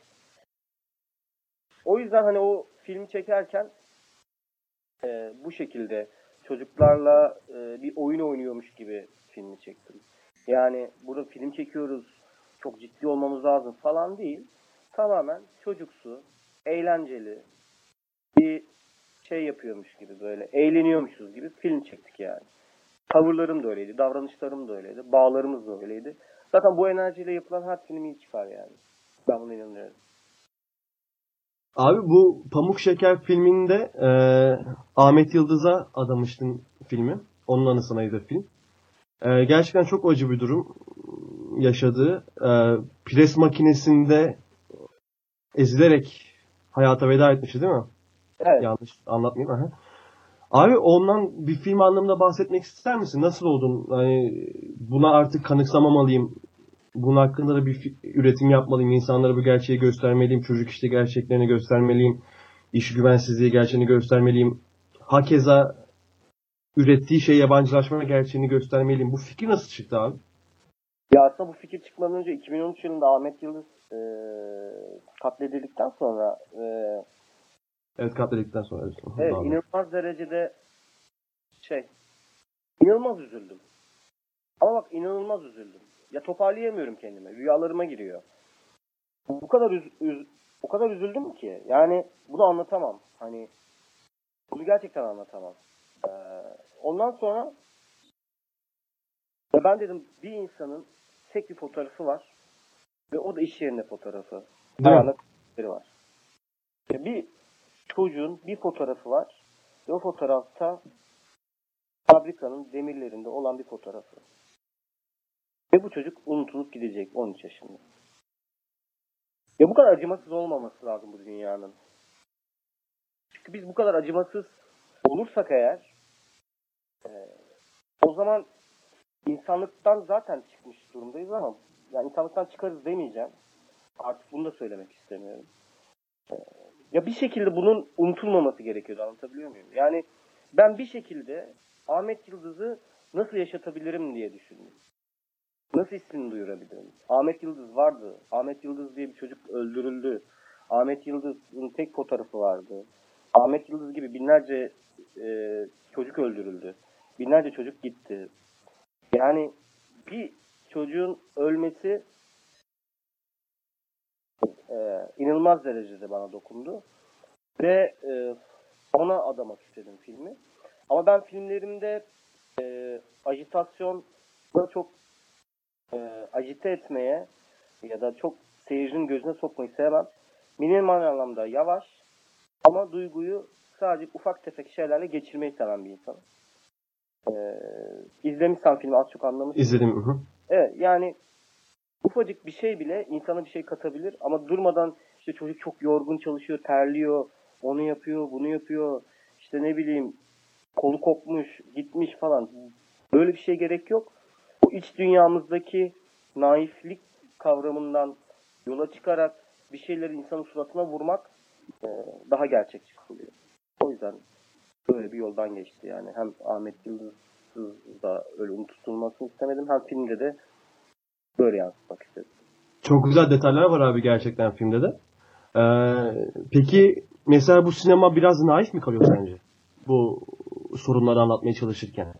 S2: O yüzden hani o filmi çekerken e, bu şekilde çocuklarla e, bir oyun oynuyormuş gibi filmi çektim. Yani burada film çekiyoruz, çok ciddi olmamız lazım falan değil. Tamamen çocuksu, eğlenceli bir şey yapıyormuş gibi, böyle eğleniyormuşuz gibi film çektik yani. Tavırlarım da öyleydi, davranışlarım da öyleydi, bağlarımız da öyleydi. Zaten bu enerjiyle yapılan her film iyi çıkar yani. Ben buna inanıyorum.
S1: Abi bu Pamuk Şeker filminde e, Ahmet Yıldız'a adamıştın filmi. Onun anısınaydı film. E, gerçekten çok acı bir durum yaşadığı. E, pres makinesinde ezilerek hayata veda etmişti değil mi?
S2: Evet.
S1: Yanlış anlatmayayım. Aha. Abi ondan bir film anlamında bahsetmek ister misin? Nasıl oldun? Hani buna artık kanıksamamalıyım. Bunun hakkında da bir fi- üretim yapmalıyım. İnsanlara bu gerçeği göstermeliyim. Çocuk işte gerçeklerini göstermeliyim. İş güvensizliği gerçeğini göstermeliyim. Hakeza ürettiği şey yabancılaşma gerçeğini göstermeliyim. Bu fikir nasıl çıktı abi?
S2: Ya aslında bu fikir çıkmadan önce iki bin on üç yılında Ahmet Yıldız e, katledildikten sonra e,
S1: Evet, katledildikten sonra. Evet,
S2: evet,
S1: doğru.
S2: inanılmaz derecede şey inanılmaz üzüldüm. Ama bak inanılmaz üzüldüm. Ya toparlayamıyorum kendime. Rüyalarıma giriyor. Bu kadar üz, üz, o kadar üzüldüm ki. Yani bunu anlatamam. Hani bunu gerçekten anlatamam. Ee, ondan sonra ben dedim bir insanın tek bir fotoğrafı var ve o da iş yerinde fotoğrafı.
S1: Değil mi?
S2: Ayağında biri var. Ya bir çocuğun bir fotoğrafı var ve o fotoğrafta fabrikanın demirlerinde olan bir fotoğrafı. Ve bu çocuk unutulup gidecek on üç yaşında. Ya bu kadar acımasız olmaması lazım bu dünyanın. Çünkü biz bu kadar acımasız olursak eğer e, o zaman insanlıktan zaten çıkmış durumdayız ama yani insanlıktan çıkarız demeyeceğim. Artık bunu da söylemek istemiyorum. E, ya bir şekilde bunun unutulmaması gerekiyordu, anlatabiliyor muyum? Yani ben bir şekilde Ahmet Yıldız'ı nasıl yaşatabilirim diye düşündüm. Nasıl ismini duyurabilirim? Ahmet Yıldız vardı. Ahmet Yıldız diye bir çocuk öldürüldü. Ahmet Yıldız'ın tek fotoğrafı vardı. Ahmet Yıldız gibi binlerce e, çocuk öldürüldü. Binlerce çocuk gitti. Yani bir çocuğun ölmesi e, inanılmaz derecede bana dokundu. Ve e, ona adamak istedim filmi. Ama ben filmlerimde e, ajitasyon da çok e, agite etmeye ya da çok seyircinin gözüne sokmayı sevmem. Minimal anlamda yavaş ama duyguyu sadece ufak tefek şeylerle geçirmeyi seven bir insanım. Ee, izlemişsen filmi az çok anlamışsın.
S1: İzledim. Hı.
S2: Evet, yani ufacık bir şey bile insana bir şey katabilir ama durmadan işte çocuk çok yorgun çalışıyor, terliyor, onu yapıyor, bunu yapıyor, işte ne bileyim kolu kopmuş, gitmiş falan. Böyle bir şey gerek yok. O iç dünyamızdaki naiflik kavramından yola çıkarak bir şeyleri insanın suratına vurmak e, daha gerçekçi kılıyor. O yüzden böyle bir yoldan geçti yani. Hem Ahmet Yıldız'ı da öyle unutulmasını istemedim. Hem filmde de böyle yansıtmak istedim.
S1: Çok güzel detaylar var abi gerçekten filmde de. Ee, peki mesela bu sinema biraz naif mi kalıyor sence? Bu sorunları anlatmaya çalışırken.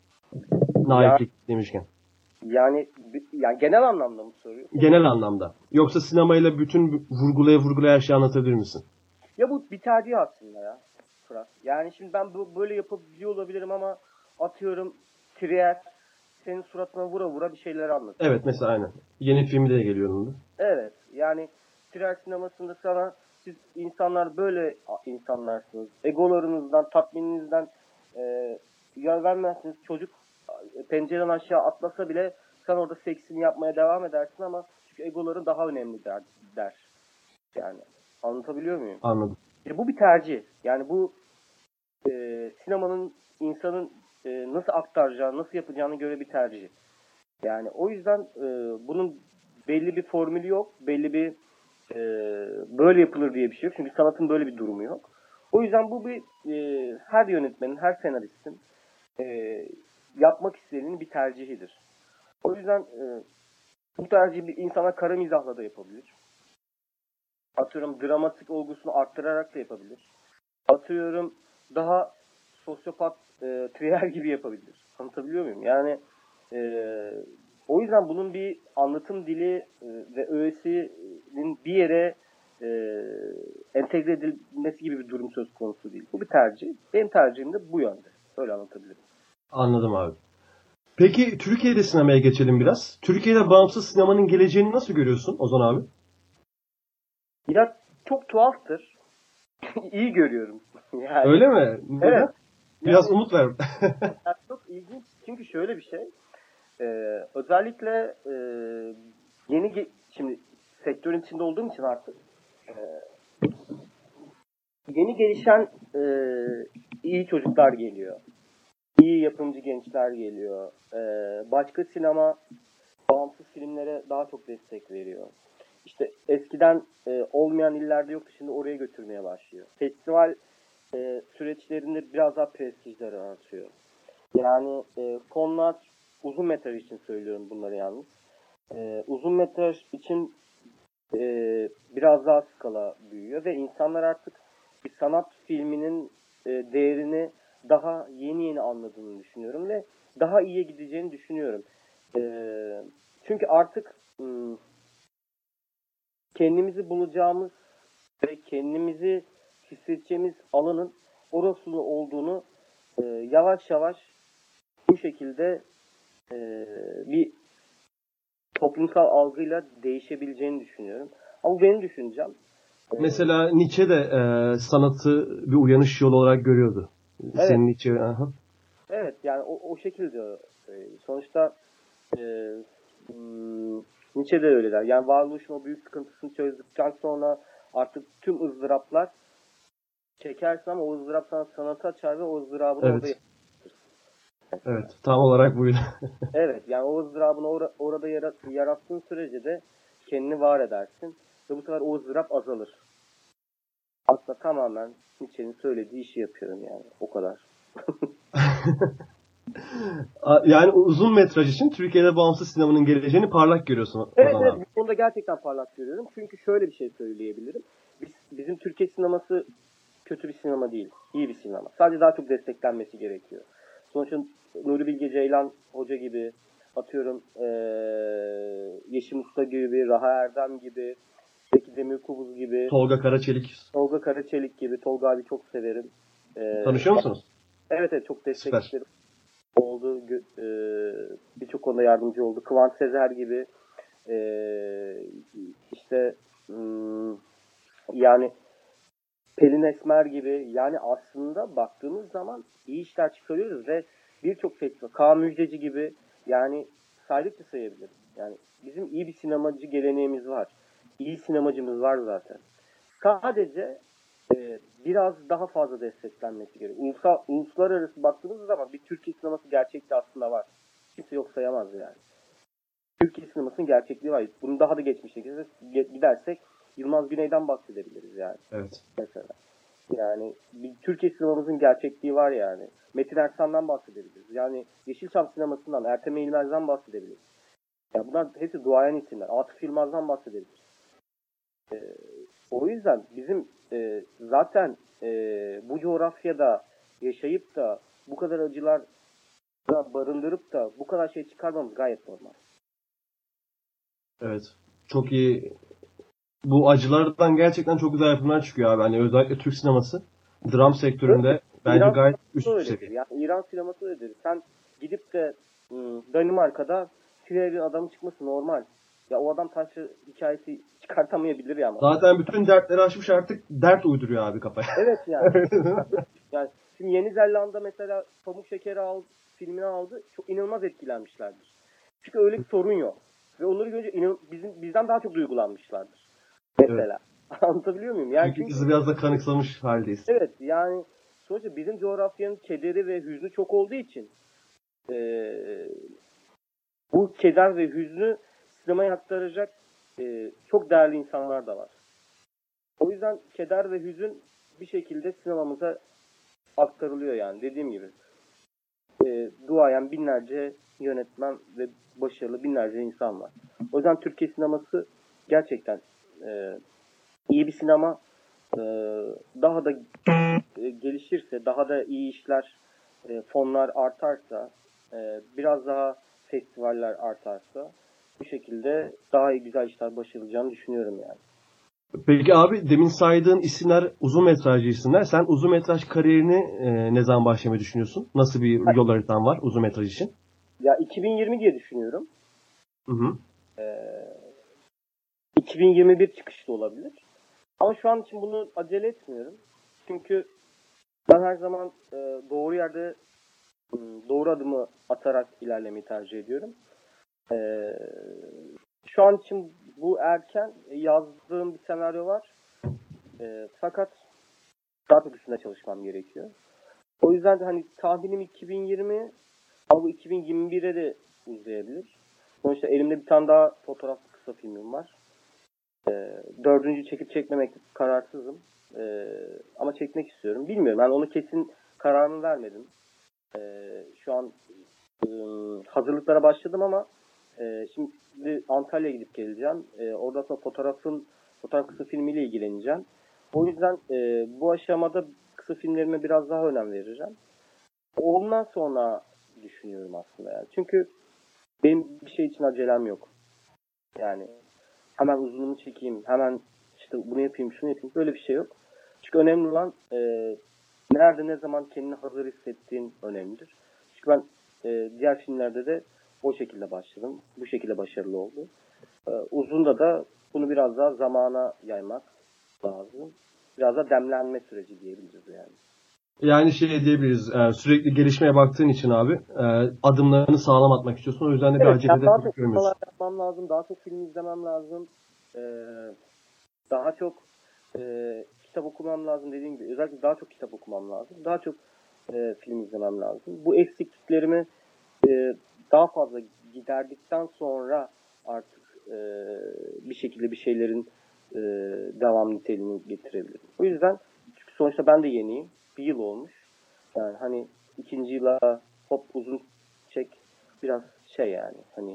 S1: Naiflik
S2: Ya,
S1: demişken.
S2: yani yani genel anlamda mı soruyorsun?
S1: Genel anlamda. Yoksa sinemayla bütün vurgulaya vurgulaya her şeyi anlatabilir misin?
S2: Ya bu bir tercih aslında ya. Fırat. Yani şimdi ben bu, böyle yapabiliyor olabilirim ama atıyorum Trier senin suratına vura vura bir şeyler anlatıyor.
S1: Evet mesela aynen. Yeni filmi de geliyor onun da.
S2: Evet. Yani Trier sinemasında sana siz insanlar böyle insanlarsınız. Egolarınızdan, tatmininizden e, yön vermezsiniz. Çocuk e, pencereden aşağı atlasa bile sen orada seksini yapmaya devam edersin ama çünkü egoların daha önemli der. der. Yani anlatabiliyor muyum?
S1: Anladım.
S2: E, bu bir tercih. Yani bu e, sinemanın insanın e, nasıl aktaracağını, nasıl yapacağını göre bir tercih. Yani o yüzden e, bunun belli bir formülü yok. Belli bir e, böyle yapılır diye bir şey yok. Çünkü sanatın böyle bir durumu yok. O yüzden bu bir e, her yönetmenin, her senaristin e, yapmak istediğinin bir tercihidir. O yüzden e, bu tercih bir insana kara mizahla da yapabilir. Atıyorum dramatik olgusunu arttırarak da yapabilir. Atıyorum daha sosyopat e, Trier gibi yapabilir. Anlatabiliyor muyum? Yani e, o yüzden bunun bir anlatım dili e, ve öğesinin bir yere e, entegre edilmesi gibi bir durum söz konusu değil. Bu bir tercih. Benim tercihim de bu yönde. Öyle anlatabilirim.
S1: Anladım abi. Peki Türkiye'de sinemaya geçelim biraz. Türkiye'de bağımsız sinemanın geleceğini nasıl görüyorsun Ozan abi?
S2: Ya çok tuhaftır. İyi görüyorum. Yani
S1: Öyle mi?
S2: evet.
S1: Neden? Biraz
S2: Yani,
S1: umut ver.
S2: yani çok ilginç. Çünkü şöyle bir şey. Ee, özellikle e, yeni ge- şimdi sektörün içinde olduğum için artık e, yeni gelişen e, iyi çocuklar geliyor. İyi yapımcı gençler geliyor. E, başka sinema bağımsız filmlere daha çok destek veriyor. İşte eskiden e, olmayan illerde yoktu, şimdi oraya götürmeye başlıyor. Festival e, süreçlerinde biraz daha prestijleri artıyor. Yani e, konular uzun metraj için söylüyorum bunları yalnız. E, uzun metraj için e, biraz daha skala büyüyor ve insanlar artık bir sanat filminin e, değerini daha yeni yeni anladığını düşünüyorum ve daha iyiye gideceğini düşünüyorum. E, çünkü artık ım, kendimizi bulacağımız ve kendimizi hissedeceğimiz alanın orası olduğunu e, yavaş yavaş bu şekilde e, bir toplumsal algıyla değişebileceğini düşünüyorum. Ama bu benim düşüncem. E,
S1: Mesela Nietzsche de e, sanatı bir uyanış yolu olarak görüyordu.
S2: evet,
S1: Senin Nietzsche, aha.
S2: evet yani o, o şekilde e, sonuçta e, hmm, Nietzsche de öyle der. Yani varoluşun o büyük sıkıntısını çözdükten sonra artık tüm ızdıraplar çekersin ama o ızdırap sana sanatı açar ve o ızdırabını orada
S1: Evet.
S2: yaratır.
S1: Evet. Tam olarak buydu.
S2: Evet yani o ızdırabını or- orada yarat- yarattığın sürece de kendini var edersin ve bu sefer o ızdırap azalır. Aslında tamamen Nietzsche'nin söylediği işi yapıyorum yani. O kadar.
S1: Yani uzun metraj için Türkiye'de bağımsız sinemanın geleceğini parlak görüyorsun
S2: Evet
S1: Ozan
S2: evet
S1: abi.
S2: bu konuda gerçekten parlak görüyorum. Çünkü şöyle bir şey söyleyebilirim. Biz, bizim Türkiye sineması kötü bir sinema değil. İyi bir sinema. Sadece daha çok desteklenmesi gerekiyor. Sonuçta Nuri Bilge Ceylan Hoca gibi, atıyorum ee, Yeşim Usta gibi, Raha Erdem gibi, Zeki Demirkubuz gibi,
S1: Tolga Karaçelik.
S2: Tolga Karaçelik gibi. Tolga abi çok severim. Ee,
S1: Tanışıyor musunuz?
S2: evet evet çok
S1: Süper.
S2: desteklerim. oldu. E, Birçok konuda yardımcı oldu. Kıvanç Sezer gibi e, işte hmm, yani Pelin Esmer gibi, yani aslında baktığımız zaman iyi işler çıkarıyoruz ve birçok festival, Kaan Müjdeci gibi, yani saydıkça sayabiliriz. Yani bizim iyi bir sinemacı geleneğimiz var. İyi sinemacımız var zaten. Sadece e, biraz daha fazla desteklenmesi gerekiyor. Ulusal, uluslararası baktığımız zaman bir Türkiye sineması gerçekliği aslında var. Kimse yok sayamaz yani. Türkiye sinemasının gerçekliği var. Bunu daha da geçmişe gidersek Yılmaz Güney'den bahsedebiliriz yani.
S1: Evet.
S2: Mesela. Yani bir Türkiye sinemamızın gerçekliği var yani. Metin Erksan'dan bahsedebiliriz. Yani Yeşilçam sinemasından, Ertem Eğilmez'den bahsedebiliriz. Yani bunlar hepsi duayen isimler. Atıf Yılmaz'dan bahsedebiliriz. Ee, o yüzden bizim e, zaten e, bu coğrafyada yaşayıp da bu kadar acılar da barındırıp da bu kadar şey çıkarmamız gayet normal.
S1: Evet. Çok iyi. Bu acılardan gerçekten çok güzel yapımlar çıkıyor abi. Hani özellikle Türk sineması dram sektöründe
S2: Evet,
S1: bence
S2: İran
S1: gayet üst
S2: öyledir.
S1: seviye.
S2: Yani İran sineması öyledir. Sen gidip de ıı, Danimarka'da Şile'ye bir adam çıkması normal. Ya o adam taşı hikayesi çıkartamayabilir ya ama.
S1: Zaten bütün dertleri aşmış, artık dert uyduruyor abi kafaya.
S2: Evet yani. Yani şimdi Yeni Zelanda mesela Pamuk Şeker'i aldı, filmini aldı. Çok inanılmaz etkilenmişlerdir. Çünkü öyle bir sorun yok. Ve onları görünce inan, bizim bizden daha çok duygulanmışlardır. Mesela. Evet. Anlatabiliyor muyum? Yani
S1: çünkü,
S2: çünkü
S1: biz biraz da kanıksamış haldeyiz.
S2: evet, yani sonuçta bizim coğrafyanın kederi ve hüznü çok olduğu için Ee, bu keder ve hüznü sinemaya aktaracak e, çok değerli insanlar da var. O yüzden keder ve hüzün bir şekilde sinemamıza aktarılıyor yani. Dediğim gibi e, duayen binlerce yönetmen ve başarılı binlerce insan var. O yüzden Türkiye sineması gerçekten e, iyi bir sinema. E, daha da e, gelişirse, daha da iyi işler, e, fonlar artarsa, e, biraz daha festivaller artarsa bu şekilde daha iyi güzel işler başarılacağını düşünüyorum yani.
S1: Peki abi, demin saydığın isimler uzun metrajlı isimler. Sen uzun metraj kariyerini e, ne zaman başlamayı düşünüyorsun? Nasıl bir yol haritan var uzun metraj için?
S2: Ya iki bin yirmi diye düşünüyorum.
S1: Hı hı.
S2: Ee, iki bin yirmi bir çıkışlı olabilir. Ama şu an için bunu acele etmiyorum. Çünkü ben her zaman e, doğru yerde doğru adımı atarak ilerlemeyi tercih ediyorum. Ee, şu an için bu erken. Yazdığım bir senaryo var. Ee, fakat daha çok üstünde çalışmam gerekiyor. O yüzden de hani tahminim iki bin yirmi ama bu iki bin yirmi bire de uzayabilir. Sonuçta elimde bir tane daha fotoğraflı kısa filmim var. Ee, dördüncü çekip çekmemek kararsızım. Ee, ama çekmek istiyorum. Bilmiyorum. Ben onu kesin kararını vermedim. Ee, şu an ıı, hazırlıklara başladım ama e, şimdi Antalya'ya gidip geleceğim. E, orada sonra fotoğrafın fotoğraf kısa filmiyle ilgileneceğim. O yüzden e, bu aşamada kısa filmlerime biraz daha önem vereceğim. Ondan sonra düşünüyorum aslında yani. Çünkü benim bir şey için acelem yok. Yani hemen uzunluğunu çekeyim, hemen işte bunu yapayım, şunu yapayım. Böyle bir şey yok. Çünkü önemli olan e, nerede, ne zaman kendini hazır hissettiğin önemlidir. Çünkü ben e, diğer filmlerde de o şekilde başladım. Bu şekilde başarılı oldu. E, uzunda da bunu biraz daha zamana yaymak lazım. Biraz da demlenme süreci diyebiliriz yani.
S1: Yani şey diyebiliriz, e, sürekli gelişmeye baktığın için abi e, adımlarını sağlam atmak istiyorsun. O yüzden de bir
S2: Evet,
S1: acelede
S2: daha çok
S1: görmüyorsun.
S2: yapmam lazım, daha çok film izlemem lazım. E, daha çok e, kitap okumam lazım dediğim gibi. Özellikle daha çok kitap okumam lazım. Daha çok e, film izlemem lazım. Bu eksikliklerimi e, daha fazla giderdikten sonra artık e, bir şekilde bir şeylerin e, devam niteliğini getirebilirim. O yüzden çünkü sonuçta ben de yeniyim. Bir yıl olmuş. Yani hani ikinci yıla hop uzun çek biraz şey yani hani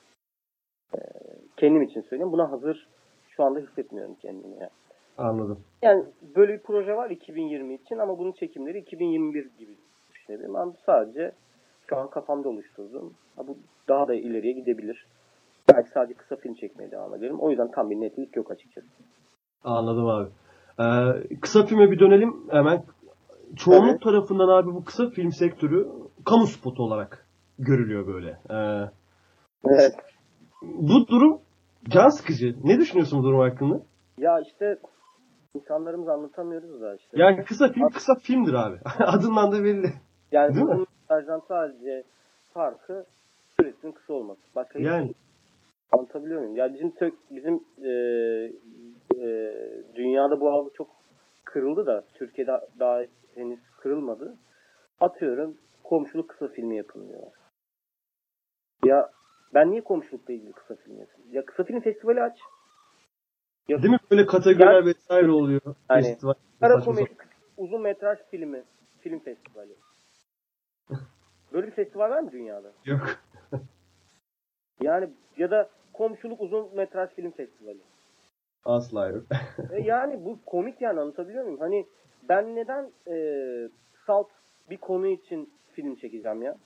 S2: e, kendim için söyleyeyim. Buna hazır şu anda hissetmiyorum kendimi yani.
S1: Anladım.
S2: Yani böyle bir proje var iki bin yirmi için ama bunun çekimleri iki bin yirmi bir gibi düşünebilirim. Ama sadece şu an kafamda oluşturdum. Bu daha da ileriye gidebilir. Belki sadece kısa film çekmeye devam ederim. O yüzden tam bir netlik yok açıkçası.
S1: Anladım abi. Ee, kısa filme bir dönelim hemen. Çoğunluk
S2: Evet.
S1: tarafından abi bu kısa film sektörü kamu spotu olarak görülüyor böyle. Ee,
S2: Evet.
S1: Bu durum can sıkıcı. Ne düşünüyorsun bu durum hakkında?
S2: Ya işte insanlarımız anlatamıyoruz da işte.
S1: Yani kısa film kısa filmdir abi. Adından da belli.
S2: Yani
S1: Değil
S2: uzun
S1: mi?
S2: metrajdan sadece farkı süresinin kısa olması. Başka hiçbir
S1: Yani
S2: şey anlatabiliyor muyum? Ya bizim tök, bizim e, e, dünyada bu algı çok kırıldı da Türkiye'de daha henüz kırılmadı. Atıyorum komşuluk kısa filmi yapın diyorlar. Ya ben niye komşulukla ilgili kısa film yapayım? Ya kısa film festivali aç. Ya,
S1: değil mi? Böyle kategoriler
S2: yani,
S1: vesaire oluyor.
S2: yani
S1: Festival
S2: kara
S1: saçma
S2: komedi
S1: sapan.
S2: uzun metraj filmi film festivali. Böyle bir festival var mı dünyada?
S1: Yok.
S2: Yani ya da komşuluk uzun metraj film festivali.
S1: Asla yok.
S2: E yani bu komik yani anlatabiliyor muyum? Hani ben neden e, salt bir konu için film çekeceğim ya?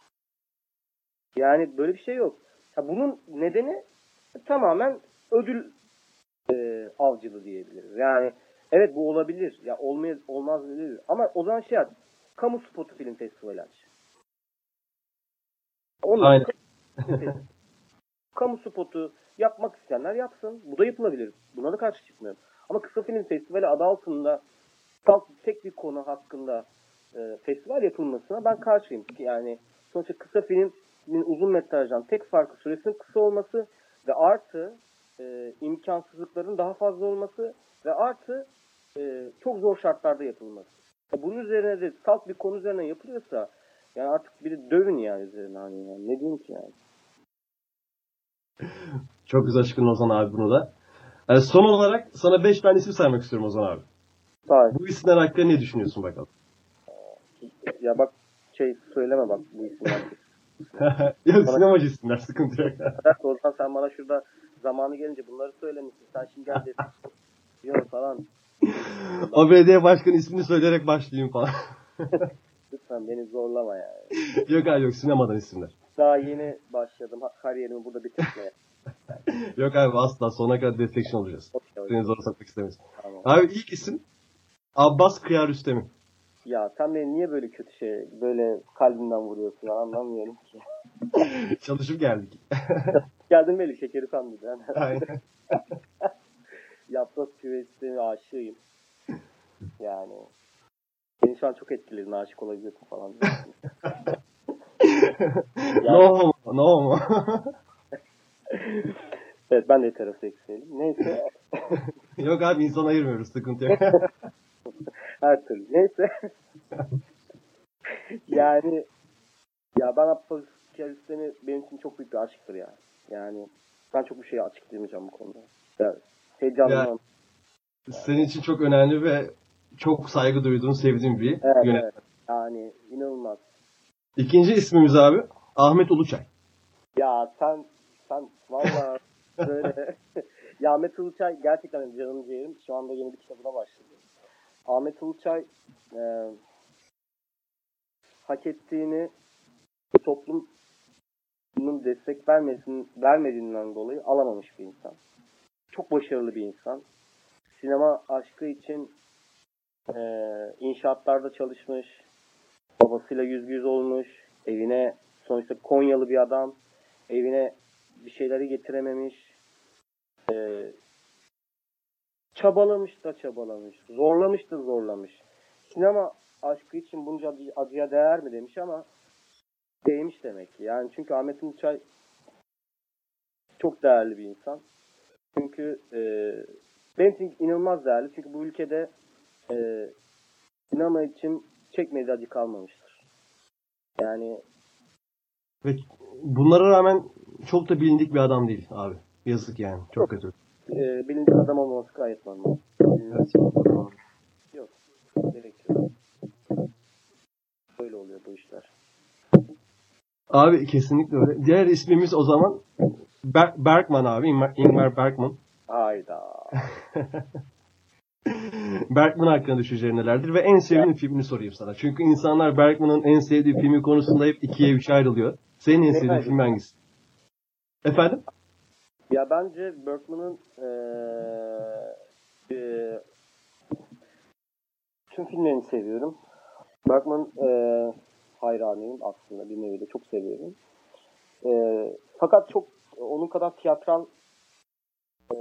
S2: Yani böyle bir şey yok. Ha, bunun nedeni tamamen ödül e, avcılığı diyebiliriz. Yani evet bu olabilir. Ya olmaz olmaz değil. Ama o zaman şey yap. Kamu spotu film festivali aç. Ondan
S1: Aynen.
S2: sonra kamu spotu yapmak isteyenler yapsın. Bu da yapılabilir. Buna da karşı çıkmıyorum. Ama kısa film festivali adı altında tek bir konu hakkında e, festival yapılmasına ben karşıyım. Yani sonuçta kısa filmin uzun metrajdan tek farkı süresinin kısa olması ve artı e, imkansızlıkların daha fazla olması ve artı e, çok zor şartlarda yapılması. E, bunun üzerine de salt bir konu üzerine yapılıyorsa yani artık biri dövün yani üzerine hani yani. Ne diyeyim ki yani.
S1: Çok güzel açıkladın Ozan abi bunu da. Yani son olarak sana beş tane isim saymak istiyorum Ozan abi.
S2: Hayır.
S1: Bu isimler hakkında ne düşünüyorsun bakalım?
S2: Ya bak şey söyleme bak bu isimler.
S1: Ya sinemacı isimler sıkıntı yok.
S2: Evet, Ozan sen bana şurada zamanı gelince bunları söylemişsin. Sen şimdi gel de diyor falan.
S1: O belediye başkanı ismini söyleyerek başlayayım falan.
S2: Lütfen beni zorlama yani.
S1: Yok abi yok sinemadan isimler.
S2: Daha yeni başladım. Kariyerimi burada bitirmeye.
S1: Yok abi asla sonuna kadar destekçin olacağız.
S2: Okay,
S1: Seni
S2: okay.
S1: zor satmak istemeyiz.
S2: Tamam.
S1: Abi ilk isim Abbas Kıyar Rüstem'i.
S2: Ya sen beni niye böyle kötü şey, böyle kalbimden vuruyorsun anlamıyorum ki.
S1: Çalışıp geldik.
S2: Geldin böyle şekeri kan bir de.
S1: Aynen.
S2: Yaprak püresine aşığıyım. Yani beni şu an çok etkiledin, aşık olabilirsin falan.
S1: No mu? No mu?
S2: Evet ben de heteroseksüelim. Neyse.
S1: Yok abi insan ayırmıyoruz sıkıntı yok.
S2: Her türlü. Neyse. Yani ya ben Abbas Kiarostami benim için çok büyük bir aşktır ya. Yani ben çok bir şey açıklayamayacağım bu konuda. Evet. Heyecanlı.
S1: Ya, senin için çok önemli ve çok saygı duyduğun, sevdiğin bir
S2: Evet,
S1: yönetmen.
S2: evet. Yani inanılmaz.
S1: İkinci ismimiz abi Ahmet Uluçay.
S2: Ya sen sen valla böyle ya Ahmet Uluçay gerçekten canım ciğerim. Şu anda yeni bir kitabına başladı. Ahmet Uluçay e, hak ettiğini toplumun destek vermesin, vermediğinden dolayı alamamış bir insan. Çok başarılı bir insan. Sinema aşkı için e, inşaatlarda çalışmış. Babasıyla yüz yüz olmuş. Evine sonuçta Konyalı bir adam. Evine bir şeyleri getirememiş. E, çabalamış da çabalamış. Zorlamış da zorlamış. Sinema aşkı için bunca acıya değer mi demiş ama değmiş demek ki. Yani çünkü Ahmet Uluçay çok değerli bir insan. Çünkü e, benim için inanılmaz değerli. Çünkü bu ülkede e, sinema için çekmediği acı kalmamıştır. Yani
S1: Ve bunlara rağmen çok da bilindik bir adam değil abi. Yazık yani. Çok
S2: çok,
S1: kötü.
S2: e, bilindik adam olmaması gayet normal.
S1: Evet.
S2: Yok. Gerek yok. Böyle oluyor bu işler.
S1: Abi kesinlikle öyle. Diğer ismimiz o zaman Ber- Bergman abi. Ingmar, Ingmar Bergman.
S2: Hayda.
S1: Bergman hakkında düşüncelerin nelerdir? Ve en sevdiğin filmini sorayım sana. Çünkü insanlar Bergman'ın en sevdiği filmi konusunda hep ikiye üçe ayrılıyor. Senin en sevdiğin film hangisi? Efendim?
S2: Ya bence Bergman'ın e, e, tüm filmlerini seviyorum. Bergman e, hayranıyım aslında, bir nevi de çok seviyorum. E, fakat çok onun kadar tiyatral e,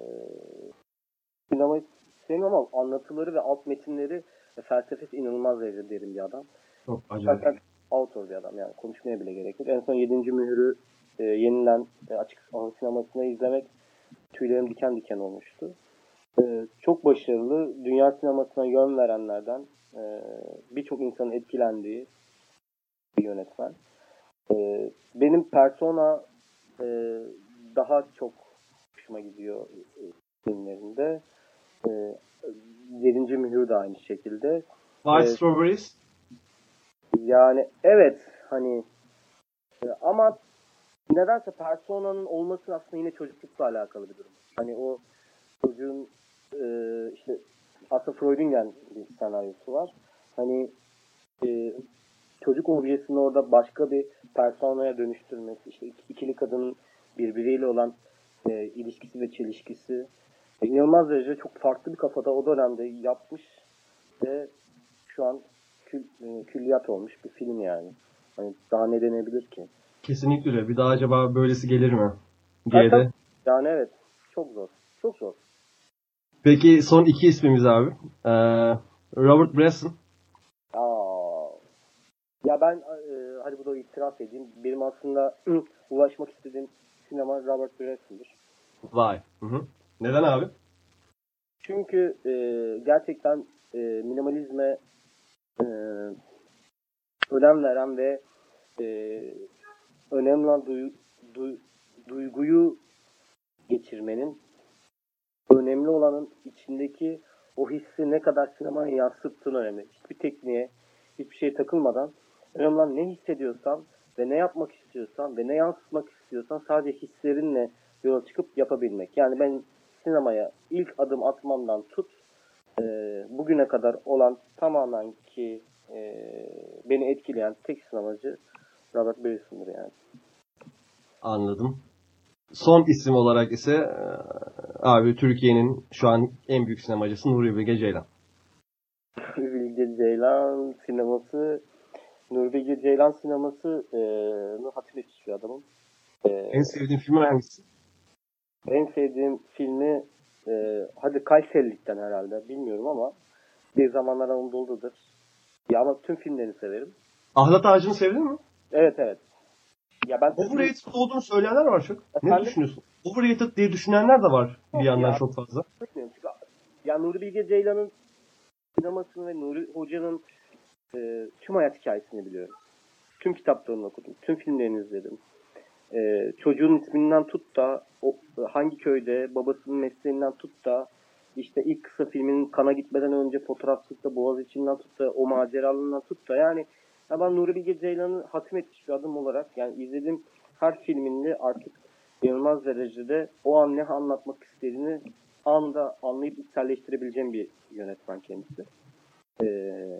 S2: sinemayı sevmiyorum ama anlatıları ve alt metinleri ve felsefesi inanılmaz derecede derin bir adam.
S1: Çok acayip.
S2: Zaten author bir adam, yani konuşmaya bile gerek yok. En son yedinci Mühür'ü e, yenilen e, açık hava sinemasında izlemek tüylerim diken diken olmuştu. E, çok başarılı, dünya sinemasına yön verenlerden, e, birçok insanın etkilendiği bir yönetmen. E, benim Persona e, daha çok hoşuma gidiyor e, filmlerinde. E, yedinci Mühür de aynı şekilde.
S1: White
S2: E,
S1: Strawberries?
S2: Yani evet, hani e, ama nedense Persona'nın olması aslında yine çocuklukla alakalı bir durum. Hani o çocuğun e, işte aslında Freud'un bir senaryosu var. Hani e, çocuk objesini orada başka bir personaya dönüştürmesi, işte ikili kadının birbiriyle olan e, ilişkisi ve çelişkisi e, inanılmaz derecede çok farklı bir kafada o dönemde yapmış ve şu an kül, e, külliyat olmuş bir film yani. Hani daha ne denebilir ki?
S1: Kesinlikle öyle. Bir daha acaba böylesi gelir mi?
S2: Zaten
S1: G'de.
S2: yani evet, çok zor. Çok zor.
S1: Peki son iki ismimiz abi. Ee, Robert Bresson.
S2: Aa, ya ben e, hadi bu da itiraf edeyim. Benim aslında ulaşmak istediğim sinema Robert Bresson'dır.
S1: Vay. Hı hı. Neden abi?
S2: Çünkü e, gerçekten e, minimalizme e, önem veren ve e, önemli olan duy, duy, duyguyu geçirmenin, önemli olanın içindeki o hissi ne kadar sinemaya yansıttığın önemli. Hiçbir tekniğe, hiçbir şeye takılmadan önemli olan ne hissediyorsan ve ne yapmak istiyorsan ve ne yansıtmak istiyorsan sadece hislerinle yola çıkıp yapabilmek. Yani ben sinemaya ilk adım atmamdan tut e, bugüne kadar olan tamamen ki e, beni etkileyen tek sinemacı Robert Bresson'dur yani.
S1: Anladım. Son isim olarak ise e, abi Türkiye'nin şu an en büyük sinemacısı Nuri Bilge Ceylan.
S2: Nuri Bilge Ceylan sineması Nuri Bilge Ceylan sinemasını hatim etmiş bir adamım. E,
S1: En sevdiğin filmi hangisi?
S2: en sevdiğim filmi e, hadi Kayserilikten herhalde bilmiyorum ama Bir Zamanlar Anadolu'dadır. Ya ama tüm filmlerini severim.
S1: Ahlat Ağacı'nı sevdin mi?
S2: Evet evet. Ya ben Türk
S1: Overrated olduğunu söyleyenler var çok. Ne
S2: Efendim?
S1: düşünüyorsun? Overrated diye düşünenler de var bir yandan
S2: ya,
S1: çok fazla.
S2: Çünkü ya Nuri Bilge Ceylan'ın sinemasını ve Nuri Hoca'nın e, tüm hayat hikayesini biliyorum. Tüm kitaplarını okudum. Tüm filmlerini izledim. E, çocuğun isminden tut da o, hangi köyde babasının mesleğinden tut da işte ilk kısa filmin Kana gitmeden önce fotoğrafçılıkta Boğaziçi'nden tut da o maceralığından tut da yani ya ben Nuri Bilge Ceylan'ı hatim etmiş bir adam olarak yani izlediğim her filminde artık inanılmaz derecede o an ne anlatmak istediğini anında anlayıp içselleştirebileceğim bir yönetmen kendisi. Ee,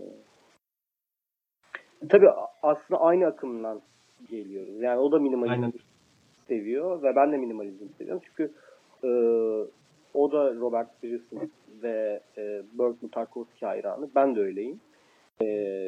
S2: tabii aslında aynı akımdan geliyoruz. Yani o da minimalizm
S1: Aynen.
S2: seviyor ve ben de minimalizm seviyorum. Çünkü e, o da Robert Bresson ve e, Burton Tarkovsky hayranı. Ben de öyleyim. E,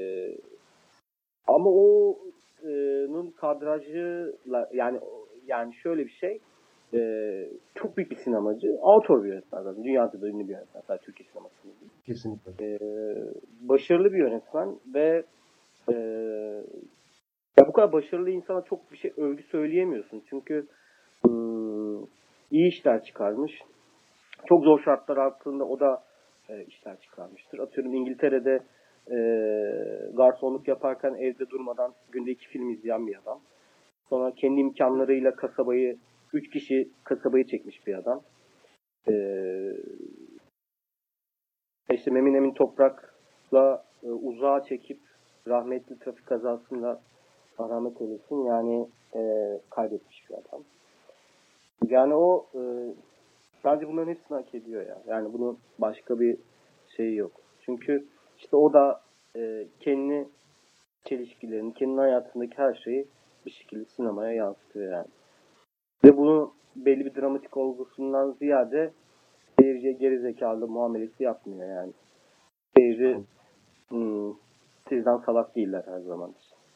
S2: ama o'nun kadrajıyla yani yani şöyle bir şey e, çok büyük bir sinemacı. Autor bir yönetmen zaten. Dünyada da ünlü bir yönetmen. Sadece Türkiye sinemasında değil.
S1: Kesinlikle.
S2: E, başarılı bir yönetmen ve e, ya bu kadar başarılı insana çok bir şey övgü söyleyemiyorsun. Çünkü ıı, iyi işler çıkarmış. Çok zor şartlar altında o da e, işler çıkarmıştır. Atıyorum İngiltere'de e, garsonluk yaparken evde durmadan günde iki film izleyen bir adam. Sonra kendi imkanlarıyla kasabayı, üç kişi kasabayı çekmiş bir adam. E, işte Memin Emin Toprak'la e, uzağa çekip rahmetli trafik kazasında rahmet eylesin yani e, kaybetmiş bir adam. Yani o e, bence bunların hepsini hak ediyor ya. Yani bunun başka bir şeyi yok. Çünkü işte o da e, kendi çelişkilerini, kendi hayatındaki her şeyi bir şekilde sinemaya yansıtıyor yani. Ve bunu belli bir dramatik olgusundan ziyade seyirciye gerizekalı muamelesi yapmıyor yani. Seyirci hmm, sizden salak değiller her zaman.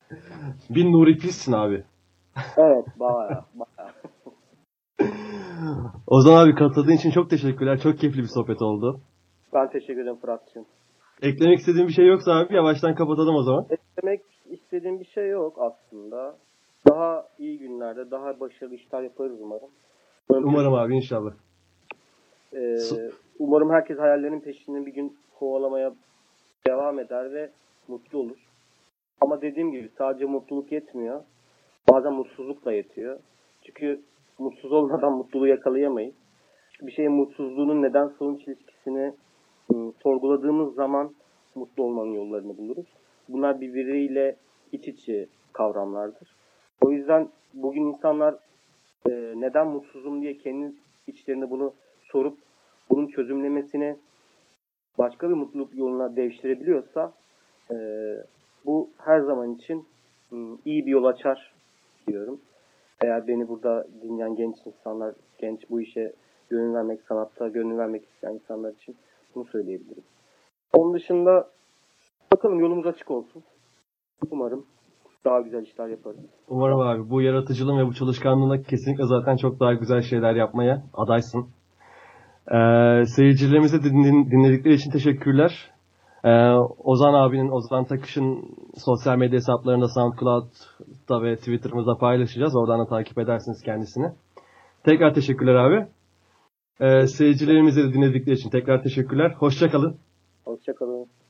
S1: Bir Nuri Pissin abi.
S2: Evet, bayağı bayağı.
S1: Ozan abi katıldığın için çok teşekkürler. Çok keyifli bir sohbet oldu.
S2: Ben teşekkür ederim Fırat'cığım.
S1: Eklemek istediğin bir şey yoksa abi yavaştan kapatalım o zaman.
S2: Eklemek istediğim bir şey yok aslında. Daha iyi günlerde daha başarılı işler yaparız umarım.
S1: Umarım abi inşallah.
S2: Ee, umarım herkes hayallerinin peşinden bir gün kovalamaya devam eder ve mutlu olur. Ama dediğim gibi sadece mutluluk yetmiyor. Bazen mutsuzluk da yetiyor. Çünkü mutsuz olmadan mutluluğu yakalayamayız. Çünkü bir şeyin mutsuzluğunun neden sonuç ilişkisini ıı, sorguladığımız zaman mutlu olmanın yollarını buluruz. Bunlar birbiriyle iç içe kavramlardır. O yüzden bugün insanlar e, neden mutsuzum diye kendi içlerinde bunu sorup bunun çözümlemesini başka bir mutluluk yoluna devşirebiliyorsa e, bu her zaman için ıı, iyi bir yol açar diyorum. Eğer beni burada dinleyen genç insanlar, genç bu işe gönül vermek, sanatta gönül vermek isteyen insanlar için bunu söyleyebilirim. Onun dışında bakalım yolumuz açık olsun. Umarım daha güzel işler yaparız.
S1: Umarım abi. Bu yaratıcılığın ve bu çalışkanlığına kesinlikle zaten çok daha güzel şeyler yapmaya adaysın. Ee, seyircilerimize din- dinledikleri için teşekkürler. Ee, Ozan abinin, Ozan Takış'ın sosyal medya hesaplarında SoundCloud'da ve Twitter'ımızda paylaşacağız. Oradan da takip edersiniz kendisini. Tekrar teşekkürler abi. Ee, seyircilerimize de dinledikleri için tekrar teşekkürler. Hoşça kalın.
S2: Hoşçakalın.